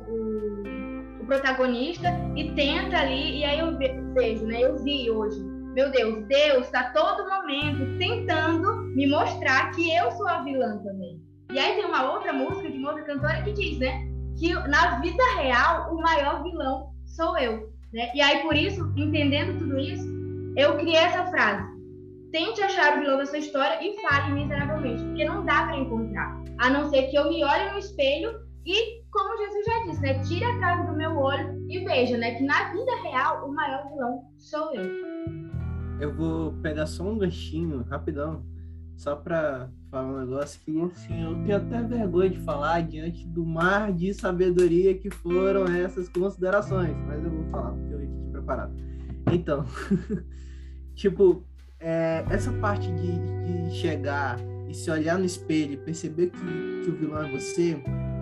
o protagonista e tenta ali, e aí eu vejo, né? Eu vi hoje, meu Deus, Deus está todo momento tentando me mostrar que eu sou a vilã também. E aí tem uma outra música de uma outra cantora que diz, né? Que na vida real, o maior vilão sou eu. Né? E aí, por isso, entendendo tudo isso, eu criei essa frase: tente achar o vilão da sua história e fale miseravelmente, porque não dá para encontrar, a não ser que eu me olhe no espelho e, como Jesus já disse, né, tire a trave do meu olho e veja, né, que na vida real o maior vilão sou eu. Eu vou pegar só um ganchinho, rapidão, só para falar um negócio que, assim, eu tenho até vergonha de falar diante do mar de sabedoria que foram essas considerações, mas eu vou falar, porque eu tinha preparado. Então, tipo, essa parte de chegar e se olhar no espelho e perceber que o vilão é você,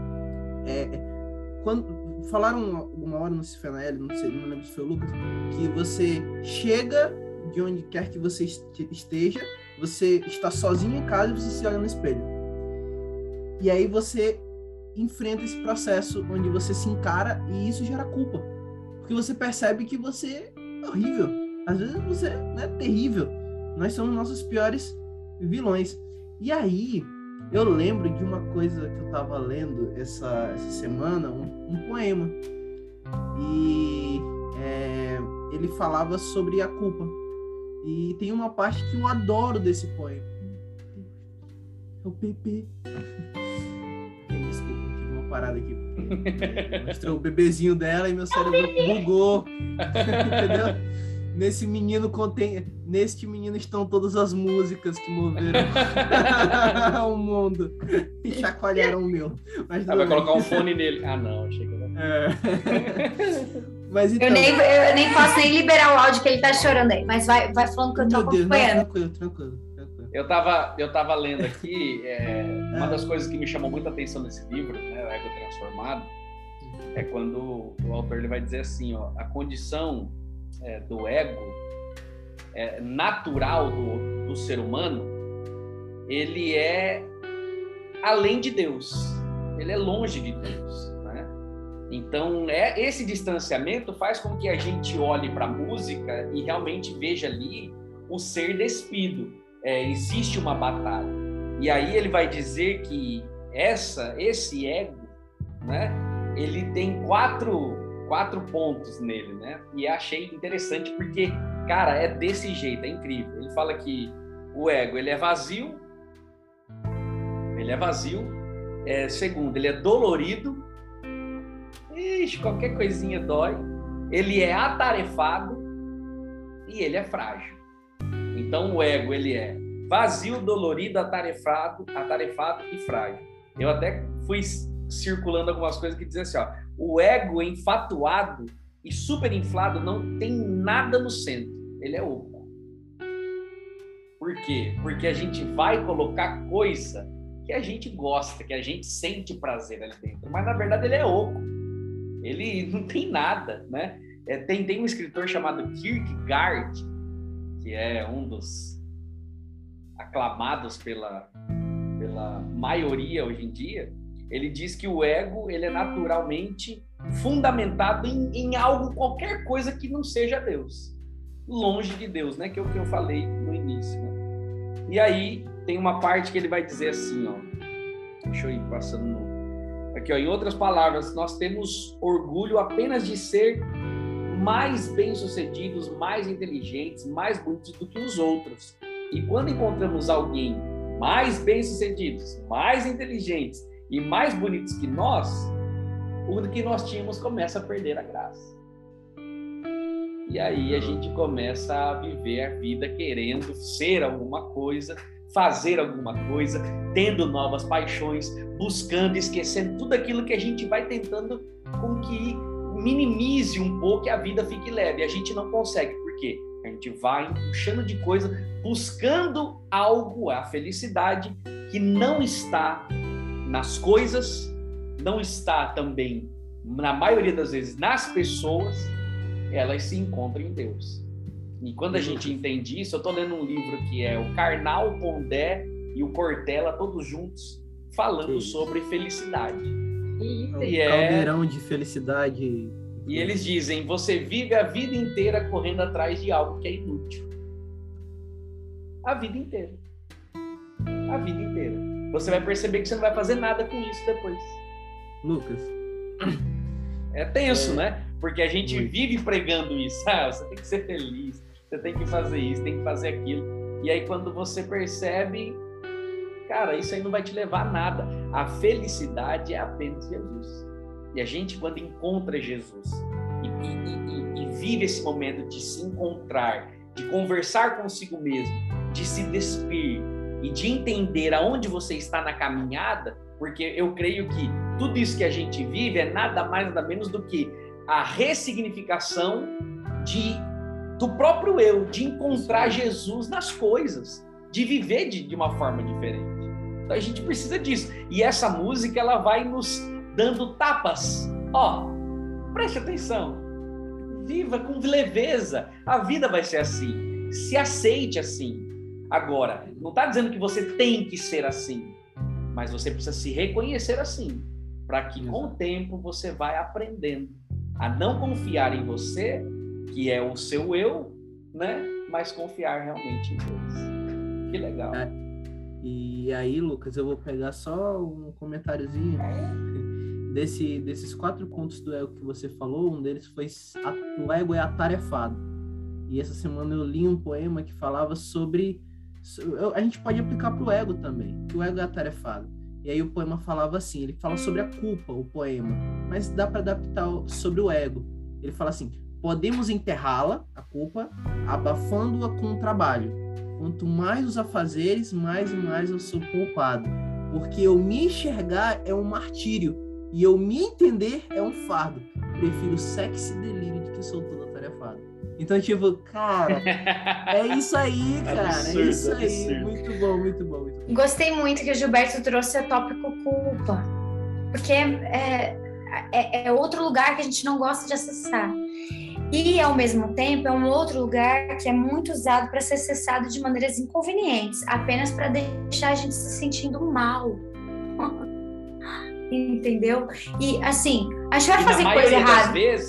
quando falaram uma hora no Cifenel, não lembro se foi o Lucas, que você chega de onde quer que você esteja, você está sozinho em casa e você se olha no espelho. E aí você enfrenta esse processo onde você se encara e isso gera culpa. Porque você percebe que você é horrível. Às vezes você é terrível. Nós somos nossos piores vilões. E aí, eu lembro de uma coisa que eu estava lendo essa semana, um poema. E ele falava sobre a culpa. E tem uma parte que eu adoro desse poema. É o Pepe. Desculpa, tive uma parada aqui. Mostrou o bebezinho dela e meu cérebro bugou. Entendeu? Neste menino estão todas as músicas que moveram o mundo e chacoalharam o meu. Mas vai colocar um fone nele. Ah, não, achei que era. Mas então... eu nem posso nem liberar o áudio que ele tá chorando aí, mas vai falando que eu tô acompanhando. Tranquilo. Eu tava lendo aqui, uma das coisas que me chamou muita atenção nesse livro, né, o Ego Transformado, é quando o autor ele vai dizer assim, ó, a condição do ego natural do ser humano, ele é além de Deus, ele é longe de Deus, né? Então, esse distanciamento faz com que a gente olhe para a música e realmente veja ali o ser despido. Existe uma batalha. E aí ele vai dizer que esse ego, né, ele tem quatro pontos nele, né? E achei interessante porque, cara, é desse jeito, é incrível. Ele fala que o ego, ele é vazio. Segundo, ele é dolorido. Ixi, qualquer coisinha dói. Ele é atarefado e ele é frágil. Então o ego, ele é vazio, dolorido, atarefado e frágil. Eu até fui circulando algumas coisas que dizem assim, ó, o ego enfatuado e super inflado não tem nada no centro, ele é oco. Por quê? Porque a gente vai colocar coisa que a gente gosta, que a gente sente prazer ali dentro, mas na verdade ele é oco, ele não tem nada, né? Tem um escritor chamado Kierkegaard, que é um dos aclamados pela maioria hoje em dia. Ele diz que o ego, ele é naturalmente fundamentado em algo, qualquer coisa que não seja Deus. Longe de Deus, né? Que é o que eu falei no início, né? E aí, tem uma parte que ele vai dizer assim, ó. Deixa eu ir passando aqui, ó. Em outras palavras, nós temos orgulho apenas de ser mais bem-sucedidos, mais inteligentes, mais bonitos do que os outros. E quando encontramos alguém mais bem-sucedidos, mais inteligentes e mais bonitos que nós, o que nós tínhamos começa a perder a graça. E aí a gente começa a viver a vida querendo ser alguma coisa, fazer alguma coisa, tendo novas paixões, buscando, esquecendo tudo aquilo que a gente vai tentando com que minimize um pouco e a vida fique leve. A gente não consegue. Por quê? A gente vai puxando de coisa, buscando algo, a felicidade, que não está nas coisas, não está também, na maioria das vezes, nas pessoas, elas se encontram em Deus. E quando a gente entende isso, eu estou lendo um livro que é o Karnal, o Pondé e o Cortella, todos juntos, falando sobre felicidade. Caldeirão de felicidade. E eles dizem, você vive a vida inteira correndo atrás de algo que é inútil. A vida inteira. A vida inteira. Você vai perceber que você não vai fazer nada com isso depois. Lucas. É tenso, né? Porque a gente vive pregando isso. Você tem que ser feliz, você tem que fazer isso, tem que fazer aquilo. E aí quando você percebe, cara, isso aí não vai te levar a nada. A felicidade é apenas Jesus. E a gente, quando encontra Jesus e vive esse momento de se encontrar, de conversar consigo mesmo, de se despir e de entender aonde você está na caminhada, porque eu creio que tudo isso que a gente vive é nada mais, nada menos do que a ressignificação do próprio eu, de encontrar Jesus nas coisas, de viver de uma forma diferente. Então a gente precisa disso. E essa música, ela vai nos dando tapas. Ó, preste atenção. Viva com leveza. A vida vai ser assim. Se aceite assim. Agora, não está dizendo que você tem que ser assim, mas você precisa se reconhecer assim, para que com o tempo você vai aprendendo a não confiar em você, que é o seu eu, né? Mas confiar realmente em Deus. Que legal. E aí, Lucas, eu vou pegar só um comentáriozinho desses 4 pontos do ego que você falou. Um deles foi o ego é atarefado. E essa semana eu li um poema que falava sobre... A gente pode aplicar para o ego também, que o ego é atarefado. E aí o poema falava assim, ele fala sobre a culpa, o poema, mas dá para adaptar sobre o ego. Ele fala assim, podemos enterrá-la, a culpa, abafando-a com o trabalho. Quanto mais os afazeres, mais e mais eu sou poupado. Porque eu me enxergar é um martírio, e eu me entender é um fardo. Prefiro sexy delírio de que sou todo atarefado. Então, tipo, cara, é isso aí, cara. Absurdo, é isso aí. Absurdo. Muito bom, muito bom, muito bom. Gostei muito que o Gilberto trouxe o tópico culpa. Porque é outro lugar que a gente não gosta de acessar. E, ao mesmo tempo, é um outro lugar que é muito usado para ser acessado de maneiras inconvenientes, apenas para deixar a gente se sentindo mal. Entendeu? E, assim, a gente vai fazer coisa errada. Das vezes,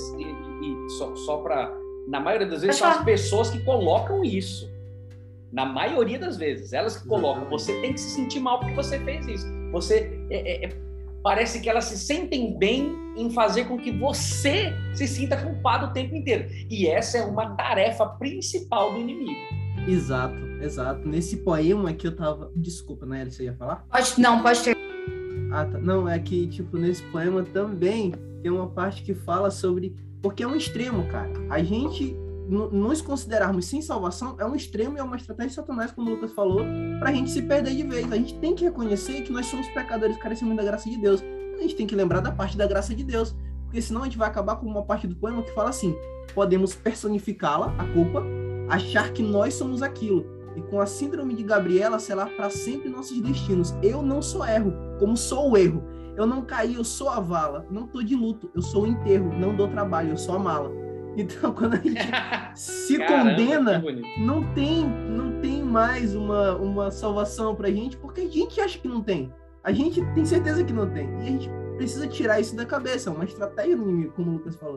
na maioria das vezes, são as pessoas que colocam isso. Na maioria das vezes, elas que colocam. Você tem que se sentir mal porque você fez isso. Parece que elas se sentem bem em fazer com que você se sinta culpado o tempo inteiro. E essa é uma tarefa principal do inimigo. Exato, exato. Nesse poema que eu tava... Desculpa, Naeli, você ia falar? Pode ter. Ah, tá. Não, é que, tipo, nesse poema também tem uma parte que fala sobre... Porque é um extremo, cara. A gente... nos considerarmos sem salvação é um extremo e é uma estratégia de Satanás, como o Lucas falou, para a gente se perder de vez. A gente tem que reconhecer que nós somos pecadores, carecemos da graça de Deus. A gente tem que lembrar da parte da graça de Deus, porque senão a gente vai acabar com uma parte do poema que fala assim: podemos personificá-la, a culpa, achar que nós somos aquilo, e com a síndrome de Gabriela selar para sempre nossos destinos. Eu não sou erro, como sou o erro. Eu não caí, eu sou a vala. Não tô de luto, eu sou o enterro. Não dou trabalho, eu sou a mala. Então, quando a gente se condena, não tem mais uma salvação pra gente, porque a gente acha que não tem. A gente tem certeza que não tem. E a gente precisa tirar isso da cabeça. É uma estratégia do inimigo, como o Lucas falou.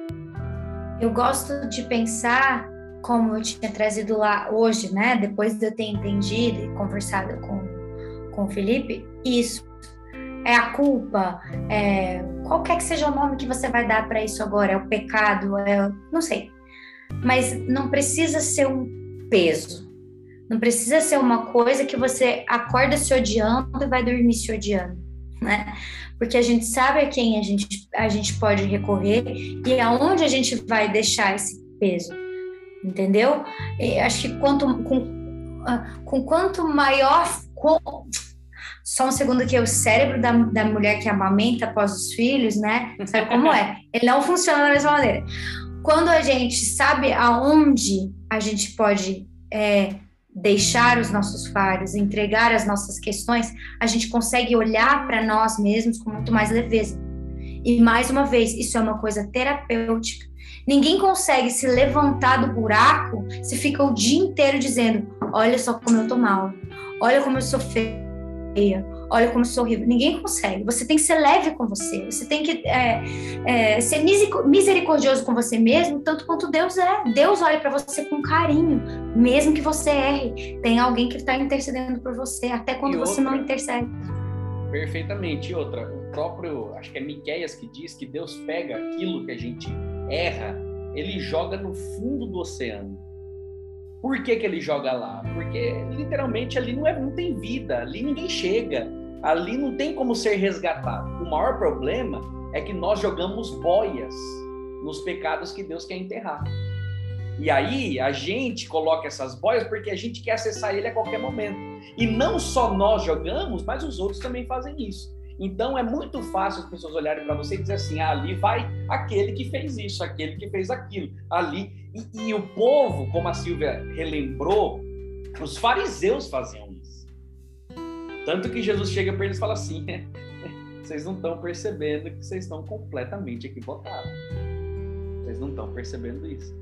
Eu gosto de pensar, como eu tinha trazido lá hoje, né? Depois de eu ter entendido e conversado com o Felipe, isso. É a culpa, qualquer que seja o nome que você vai dar para isso agora, é o pecado, não sei. Mas não precisa ser um peso, não precisa ser uma coisa que você acorda se odiando e vai dormir se odiando, né? Porque a gente sabe a quem a gente pode recorrer e aonde a gente vai deixar esse peso, entendeu? Acho que com quanto maior... Só um segundo, que o cérebro da mulher que amamenta após os filhos, né? Sabe como é? Ele não funciona da mesma maneira. Quando a gente sabe aonde a gente pode deixar os nossos fardos, entregar as nossas questões, a gente consegue olhar para nós mesmos com muito mais leveza. E, mais uma vez, isso é uma coisa terapêutica. Ninguém consegue se levantar do buraco se fica o dia inteiro dizendo: olha só como eu tô mal, olha como eu sou feia, olha como eu sou horrível. Ninguém consegue. Você tem que ser leve com você. Você tem que ser misericordioso com você mesmo, tanto quanto Deus é. Deus olha para você com carinho, mesmo que você erre. Tem alguém que está intercedendo por você, até quando você não intercede. Perfeitamente. E outra, o próprio, acho que é Miqueias que diz que Deus pega aquilo que a gente erra, ele joga no fundo do oceano. Por que ele joga lá? Porque, literalmente, ali não tem vida, ali ninguém chega, ali não tem como ser resgatado. O maior problema é que nós jogamos boias nos pecados que Deus quer enterrar. E aí, a gente coloca essas boias porque a gente quer acessar ele a qualquer momento. E não só nós jogamos, mas os outros também fazem isso. Então, é muito fácil as pessoas olharem para você e dizer assim: ali vai aquele que fez isso, aquele que fez aquilo, ali. E o povo, como a Silvia relembrou, os fariseus faziam isso. Tanto que Jesus chega para eles e fala assim: vocês não estão percebendo que vocês estão completamente equivocados. Vocês não estão percebendo isso.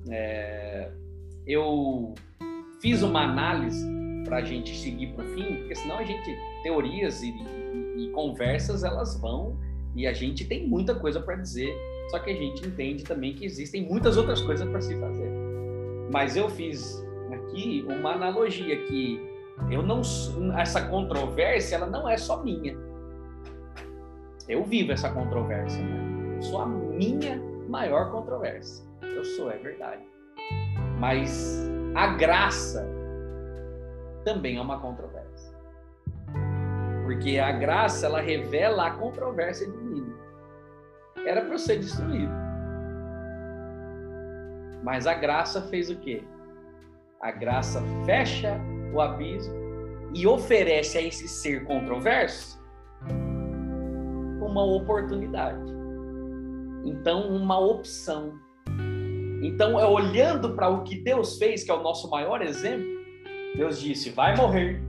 Eu fiz uma análise para a gente seguir para o fim, porque senão a gente, teorias e conversas, elas vão, e a gente tem muita coisa para dizer, só que a gente entende também que existem muitas outras coisas para se fazer. Mas eu fiz aqui uma analogia que essa controvérsia, ela não é só minha. Eu vivo essa controvérsia, né? Eu sou a minha maior controvérsia. Eu sou, é verdade. Mas a graça também é uma controvérsia. Porque a graça, ela revela a controvérsia divina. Era para eu ser destruído. Mas a graça fez o quê? A graça fecha o abismo e oferece a esse ser controverso uma oportunidade. Então, uma opção. Então, olhando para o que Deus fez, que é o nosso maior exemplo, Deus disse, vai morrer.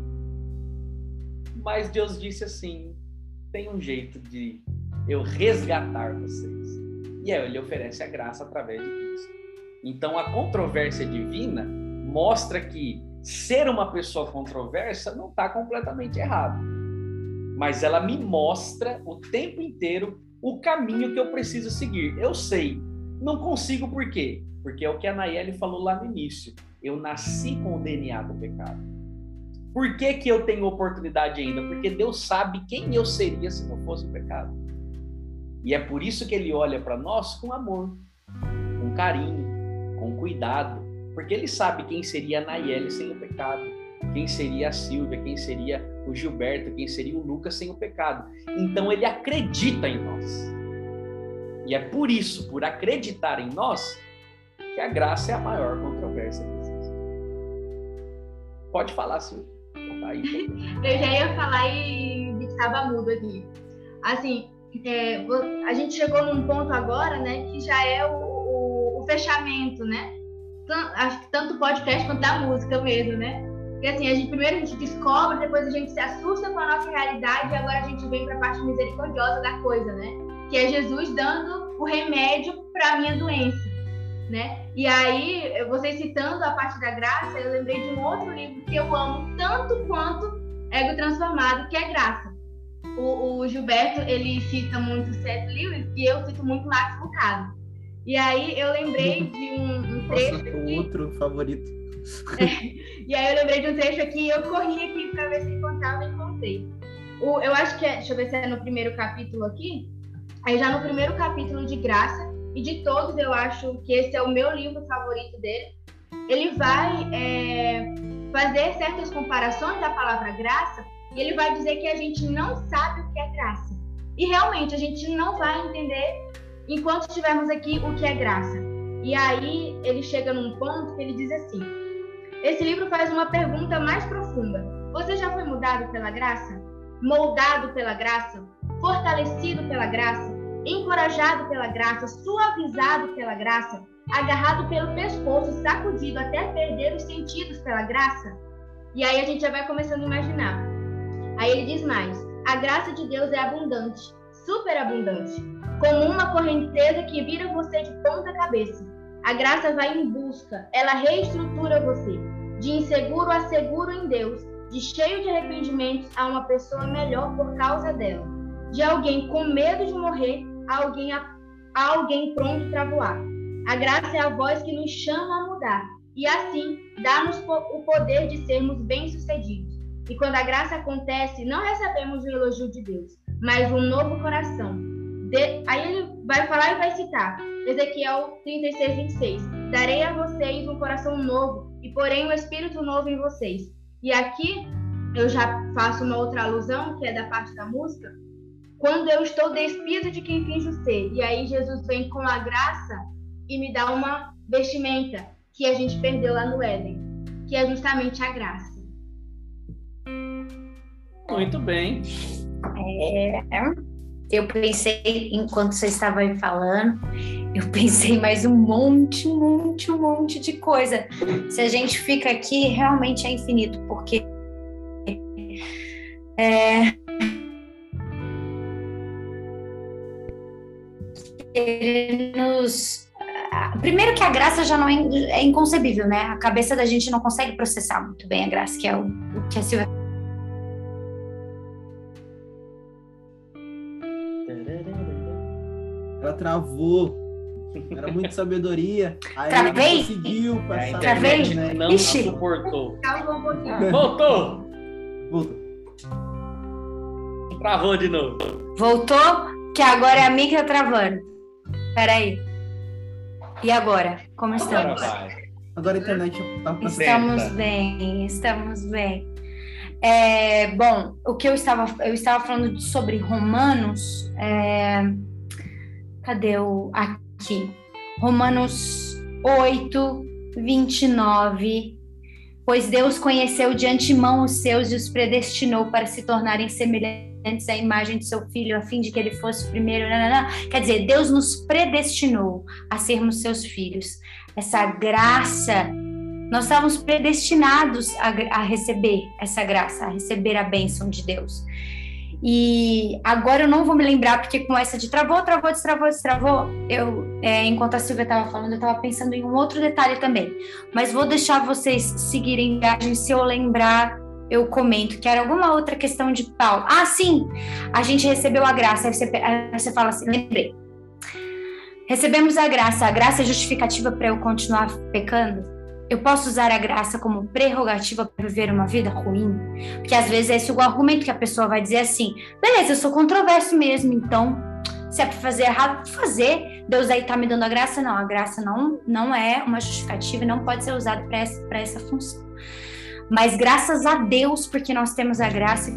Mas Deus disse assim, tem um jeito de eu resgatar vocês. E aí ele oferece a graça através de Cristo. Então, a controvérsia divina mostra que ser uma pessoa controversa não está completamente errado. Mas ela me mostra o tempo inteiro o caminho que eu preciso seguir. Eu sei, não consigo por quê? Porque é o que a Nayeli falou lá no início. Eu nasci com o DNA do pecado. Por que que eu tenho oportunidade ainda? Porque Deus sabe quem eu seria se não fosse o pecado. E é por isso que Ele olha para nós com amor, com carinho, com cuidado. Porque Ele sabe quem seria a Nayeli sem o pecado. Quem seria a Silvia, quem seria o Gilberto, quem seria o Lucas sem o pecado. Então Ele acredita em nós. E é por isso, por acreditar em nós, que a graça é a maior controvérsia que existe. Pode falar, Silvia. Eu já ia falar e estava mudo aqui. Assim, a gente chegou num ponto agora, né, que já é o fechamento, né? Acho que tanto o podcast quanto da música mesmo, né? Porque assim, primeiro a gente descobre, depois a gente se assusta com a nossa realidade e agora a gente vem para a parte misericordiosa da coisa, né? Que é Jesus dando o remédio para a minha doença, né? E aí, vocês citando a parte da graça, eu lembrei de um outro livro que eu amo tanto quanto Ego Transformado, que é Graça. O Gilberto, ele cita muito C.S. Lewis e eu cito muito Max Lucado. E aí eu lembrei de um trecho aqui... outro favorito. E aí eu lembrei de um trecho aqui e eu corri aqui para ver se encontrava e encontrei. Eu acho que deixa eu ver se é no primeiro capítulo aqui. Aí já no primeiro capítulo de Graça, e de todos eu acho que esse é o meu livro favorito dele, ele vai fazer certas comparações da palavra graça, e ele vai dizer que a gente não sabe o que é graça. E realmente a gente não vai entender enquanto estivermos aqui o que é graça. E aí ele chega num ponto que ele diz assim, esse livro faz uma pergunta mais profunda. Você já foi mudado pela graça? Moldado pela graça? Fortalecido pela graça? Encorajado pela graça? Suavizado pela graça? Agarrado pelo pescoço, sacudido até perder os sentidos pela graça? E aí a gente já vai começando a imaginar. Aí ele diz mais, a graça de Deus é abundante, superabundante, como uma correnteza que vira você de ponta cabeça. A graça vai em busca, ela reestrutura você, de inseguro a seguro em Deus, de cheio de arrependimentos a uma pessoa melhor por causa dela, de alguém com medo de morrer a alguém pronto para voar. A graça é a voz que nos chama a mudar e assim dá-nos o poder de sermos bem-sucedidos. E quando a graça acontece, não recebemos o elogio de Deus, mas um novo coração. Aí ele vai falar e vai citar Ezequiel 36, 26. Darei a vocês um coração novo e porém um espírito novo em vocês. E aqui eu já faço uma outra alusão, que é da parte da música. Quando eu estou despido de quem finjo ser. E aí Jesus vem com a graça e me dá uma vestimenta que a gente perdeu lá no Éden, que é justamente a graça. Muito bem. Eu pensei, enquanto você estava aí falando, eu pensei mais um monte de coisa. Se a gente fica aqui, realmente é infinito, porque ele nos... Primeiro que a graça já não é inconcebível, né? A cabeça da gente não consegue processar muito bem a graça, que é o que a Silvia... Ela travou. Era muita sabedoria. Aí Travei? ele conseguiu passar. Travei? Né? Não Ixi. suportou. Calma um pouquinho. Voltou. Voltou. Travou de novo. Voltou? Que agora é a minha que tá travando. Peraí. E agora? Como Agora estamos? vai. Agora a internet tá passando. Estamos bem. Bom, o que eu estava falando sobre Romanos, cadê aqui? Romanos 8:29. Pois Deus conheceu de antemão os seus e os predestinou para se tornarem semelhantes à imagem de seu Filho, a fim de que ele fosse o primeiro. Quer dizer, Deus nos predestinou a sermos seus filhos. Essa graça, nós estávamos predestinados a receber essa graça, a receber a bênção de Deus. E agora eu não vou me lembrar, porque com essa de travou, enquanto a Silvia estava falando, eu estava pensando em um outro detalhe também. Mas vou deixar vocês seguirem a viagem, se eu lembrar, eu comento, que era alguma outra questão de Paulo. Ah, sim! A gente recebeu a graça, aí você fala assim, lembrei. Recebemos a graça é justificativa para eu continuar pecando? Eu posso usar a graça como prerrogativa para viver uma vida ruim? Porque às vezes esse é o argumento que a pessoa vai dizer assim, beleza, eu sou controverso mesmo, então se é para fazer errado, fazer. Deus aí tá me dando a graça? Não, a graça não é uma justificativa e não pode ser usada para essa função. Mas graças a Deus, porque nós temos a graça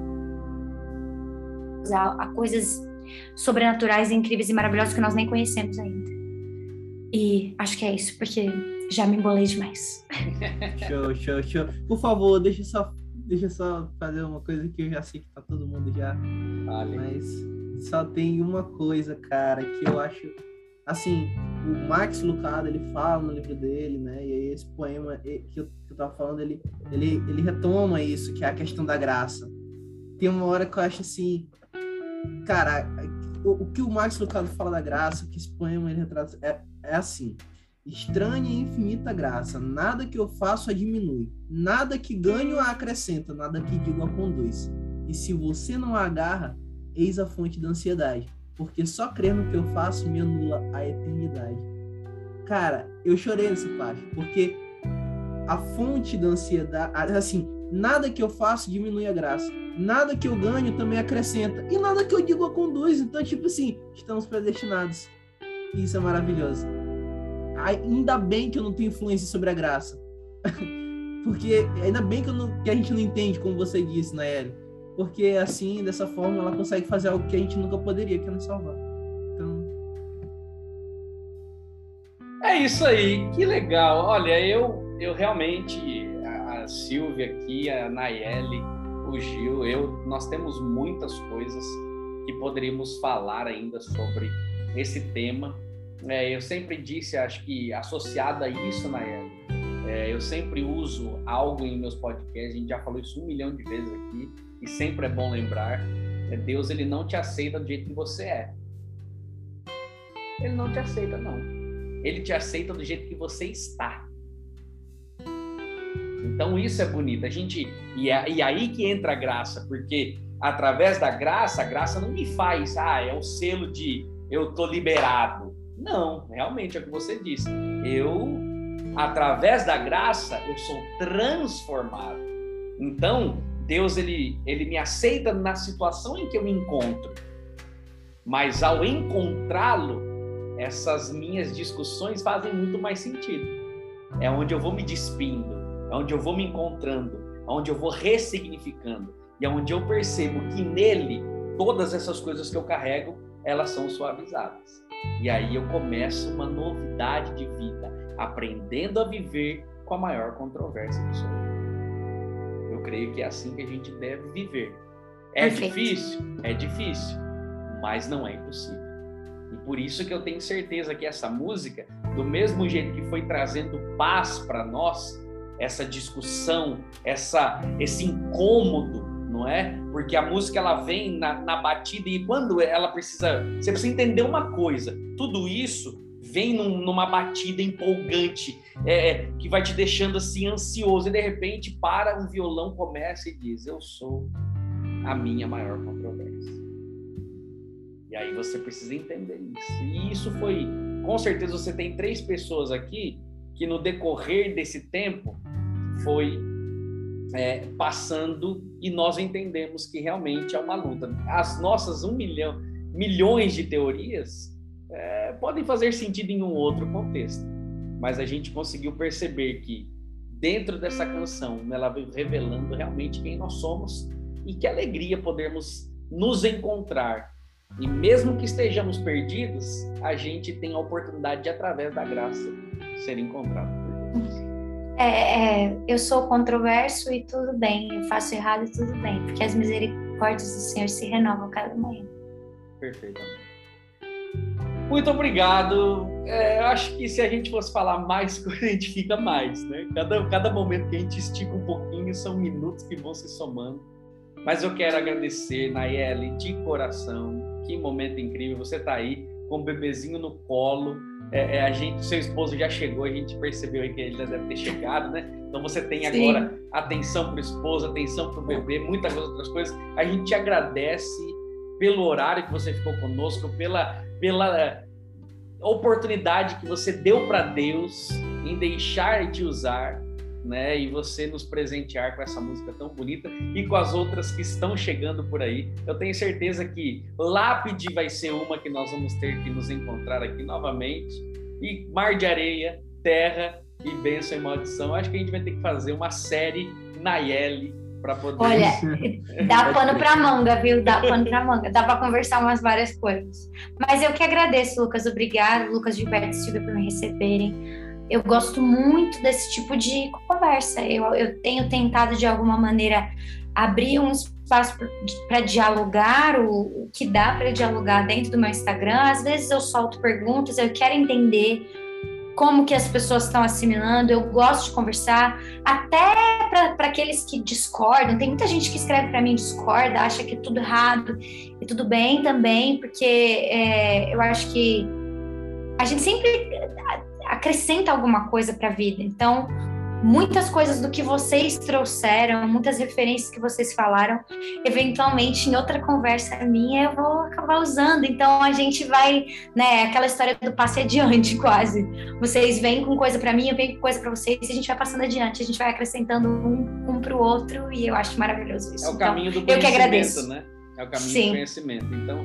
a coisas sobrenaturais, incríveis e maravilhosas que nós nem conhecemos ainda. E acho que é isso, porque já me embolei demais. Show. Por favor, deixa eu só fazer uma coisa que eu já sei que tá todo mundo já. Vale. Mas só tem uma coisa, cara, que eu acho... Assim, o Max Lucado, ele fala no livro dele, né? E aí esse poema que eu tava falando, ele retoma isso, que é a questão da graça. Tem uma hora que eu acho assim... Cara, o que o Max Lucado fala da graça, que esse poema ele retrata, é assim: estranha e infinita graça, nada que eu faço a diminui, nada que ganho a acrescenta, nada que digo a conduz. E se você não a agarra, eis a fonte da ansiedade, porque só crer no que eu faço me anula a eternidade. Cara, eu chorei nessa parte, porque a fonte da ansiedade, assim, nada que eu faço diminui a graça, nada que eu ganho também acrescenta, e nada que eu digo a conduz. Então, tipo assim, estamos predestinados. E isso é maravilhoso. Ainda bem que eu não tenho influência sobre a graça. Porque ainda bem que a gente não entende, como você disse, Nayeli. Porque assim, dessa forma, ela consegue fazer algo que a gente nunca poderia, que é nos salvar. Então... É isso aí, que legal. Olha, eu realmente, a Silvia aqui, a Nayeli, o Gil, nós temos muitas coisas que poderíamos falar ainda sobre esse tema. Eu sempre disse, acho que associado a isso, Nayeli, eu sempre uso algo em meus podcasts, a gente já falou isso 1 milhão de vezes aqui, e sempre é bom lembrar, Deus, ele não te aceita do jeito que você é. Ele não te aceita, não. Ele te aceita do jeito que você está. Então isso é bonito. E aí que entra a graça, porque através da graça, a graça não me faz, é o selo de eu tô liberado. Não, realmente é o que você disse. Através da graça, eu sou transformado. Então, Deus, ele me aceita na situação em que eu me encontro. Mas ao encontrá-lo, essas minhas discussões fazem muito mais sentido. É onde eu vou me despindo, é onde eu vou me encontrando, é onde eu vou ressignificando, e é onde eu percebo que nele, todas essas coisas que eu carrego, elas são suavizadas. E aí eu começo uma novidade de vida, aprendendo a viver com a maior controvérsia que sou eu. Eu creio que é assim que a gente deve viver. É difícil? É difícil, mas não é impossível. E por isso que eu tenho certeza que essa música, do mesmo jeito que foi trazendo paz para nós, essa discussão, esse incômodo, não é? Porque a música, ela vem na batida, e quando ela precisa... Você precisa entender uma coisa, tudo isso vem numa batida empolgante, que vai te deixando assim ansioso, e de repente para um violão, começa e diz: eu sou a minha maior controvérsia. E aí você precisa entender isso. E isso foi, com certeza você tem 3 pessoas aqui que no decorrer desse tempo foi passando, e nós entendemos que realmente é uma luta. As nossas milhões de teorias podem fazer sentido em um outro contexto, mas a gente conseguiu perceber que dentro dessa canção ela veio revelando realmente quem nós somos, e que alegria podermos nos encontrar. E mesmo que estejamos perdidos, a gente tem a oportunidade de, através da graça, ser encontrado por Deus. Eu sou controverso e tudo bem, eu faço errado e tudo bem, porque as misericórdias do Senhor se renovam cada manhã. Perfeitamente. Muito obrigado. Eu acho que se a gente fosse falar mais, a gente fica mais, né? Cada momento que a gente estica um pouquinho são minutos que vão se somando. Mas eu quero agradecer, Nayeli, de coração. Que momento incrível. Você está aí com o bebezinho no colo. Seu esposo já chegou, a gente percebeu aí que ele já deve ter chegado, né? Então você tem agora atenção para o esposo, atenção para o bebê, muitas outras coisas. A gente te agradece pelo horário que você ficou conosco, pela oportunidade que você deu para Deus em deixar de usar, né? E você nos presentear com essa música tão bonita e com as outras que estão chegando por aí. Eu tenho certeza que Lápide vai ser uma que nós vamos ter que nos encontrar aqui novamente. E Mar de Areia, Terra e Bênção e Maldição. Acho que a gente vai ter que fazer uma série Nayeli para poder... Olha, dá pano para manga, viu? Dá pano para manga. Dá para conversar umas várias coisas. Mas eu que agradeço, Lucas. Obrigado, Lucas, Gilberto e Silvia, por me receberem. Eu gosto muito desse tipo de conversa. Eu tenho tentado, de alguma maneira, abrir um espaço para dialogar, o que dá para dialogar dentro do meu Instagram. Às vezes eu solto perguntas, eu quero entender como que as pessoas estão assimilando. Eu gosto de conversar, até para aqueles que discordam. Tem muita gente que escreve para mim, discorda, acha que é tudo errado, e tudo bem também, porque eu acho que a gente sempre acrescenta alguma coisa para a vida. Então, muitas coisas do que vocês trouxeram, muitas referências que vocês falaram, eventualmente em outra conversa minha eu vou acabar usando. Então a gente vai, né, aquela história do passe adiante quase. Vocês vêm com coisa para mim, eu venho com coisa para vocês e a gente vai passando adiante, a gente vai acrescentando um para o outro e eu acho maravilhoso isso. É o caminho do conhecimento, eu que agradeço. Né? É o caminho do conhecimento. Então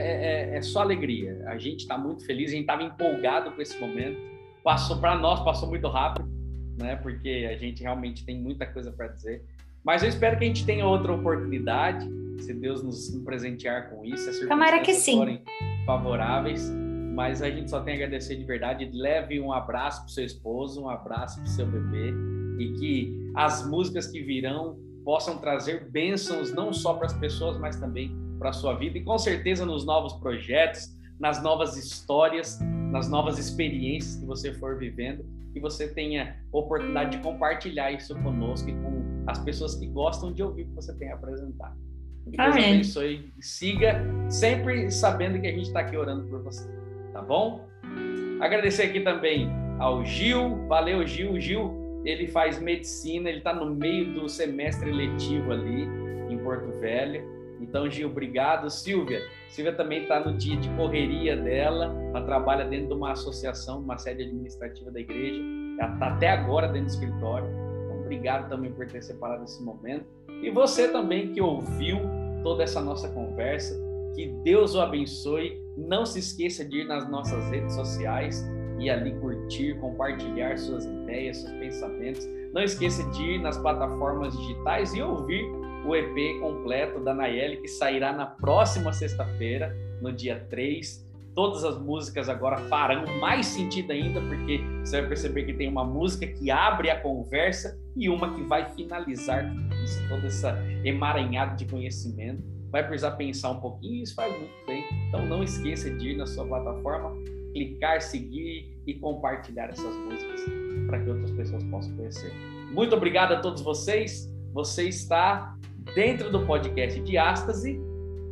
é só alegria. A gente está muito feliz, a gente estava empolgado com esse momento. Passou muito rápido, né? Porque a gente realmente tem muita coisa para dizer. Mas eu espero que a gente tenha outra oportunidade, se Deus nos presentear com isso, as circunstâncias forem favoráveis. Mas a gente só tem a agradecer de verdade. Leve um abraço para o seu esposo, um abraço para o seu bebê, e que as músicas que virão possam trazer bênçãos não só para as pessoas, mas também para a sua vida. E com certeza nos novos projetos, nas novas histórias, nas novas experiências que você for vivendo, que você tenha oportunidade de compartilhar isso conosco e com as pessoas que gostam de ouvir o que você tem a apresentar. Que Deus abençoe e siga sempre sabendo que a gente está aqui orando por você, tá bom? Agradecer aqui também ao Gil. Valeu, Gil. O Gil, ele faz medicina, ele está no meio do semestre letivo ali em Porto Velho. Então, Gil, obrigado. Silvia também está no dia de correria dela, ela trabalha dentro de uma associação, uma sede administrativa da igreja, ela está até agora dentro do escritório. Então, obrigado também por ter separado esse momento. E você também que ouviu toda essa nossa conversa, que Deus o abençoe. Não se esqueça de ir nas nossas redes sociais e ali curtir, compartilhar suas ideias, seus pensamentos. Não esqueça de ir nas plataformas digitais e ouvir o EP completo da Nayeli, que sairá na próxima sexta-feira, no dia 3. Todas as músicas agora farão mais sentido ainda, porque você vai perceber que tem uma música que abre a conversa e uma que vai finalizar tudo isso, todo esse emaranhado de conhecimento. Vai precisar pensar um pouquinho e isso faz muito bem. Então não esqueça de ir na sua plataforma, clicar, seguir e compartilhar essas músicas para que outras pessoas possam conhecer. Muito obrigado a todos vocês. Você está dentro do podcast Diástase,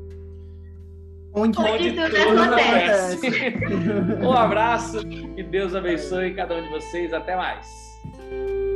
onde tudo acontece. Um abraço, que Deus abençoe cada um de vocês. Até mais.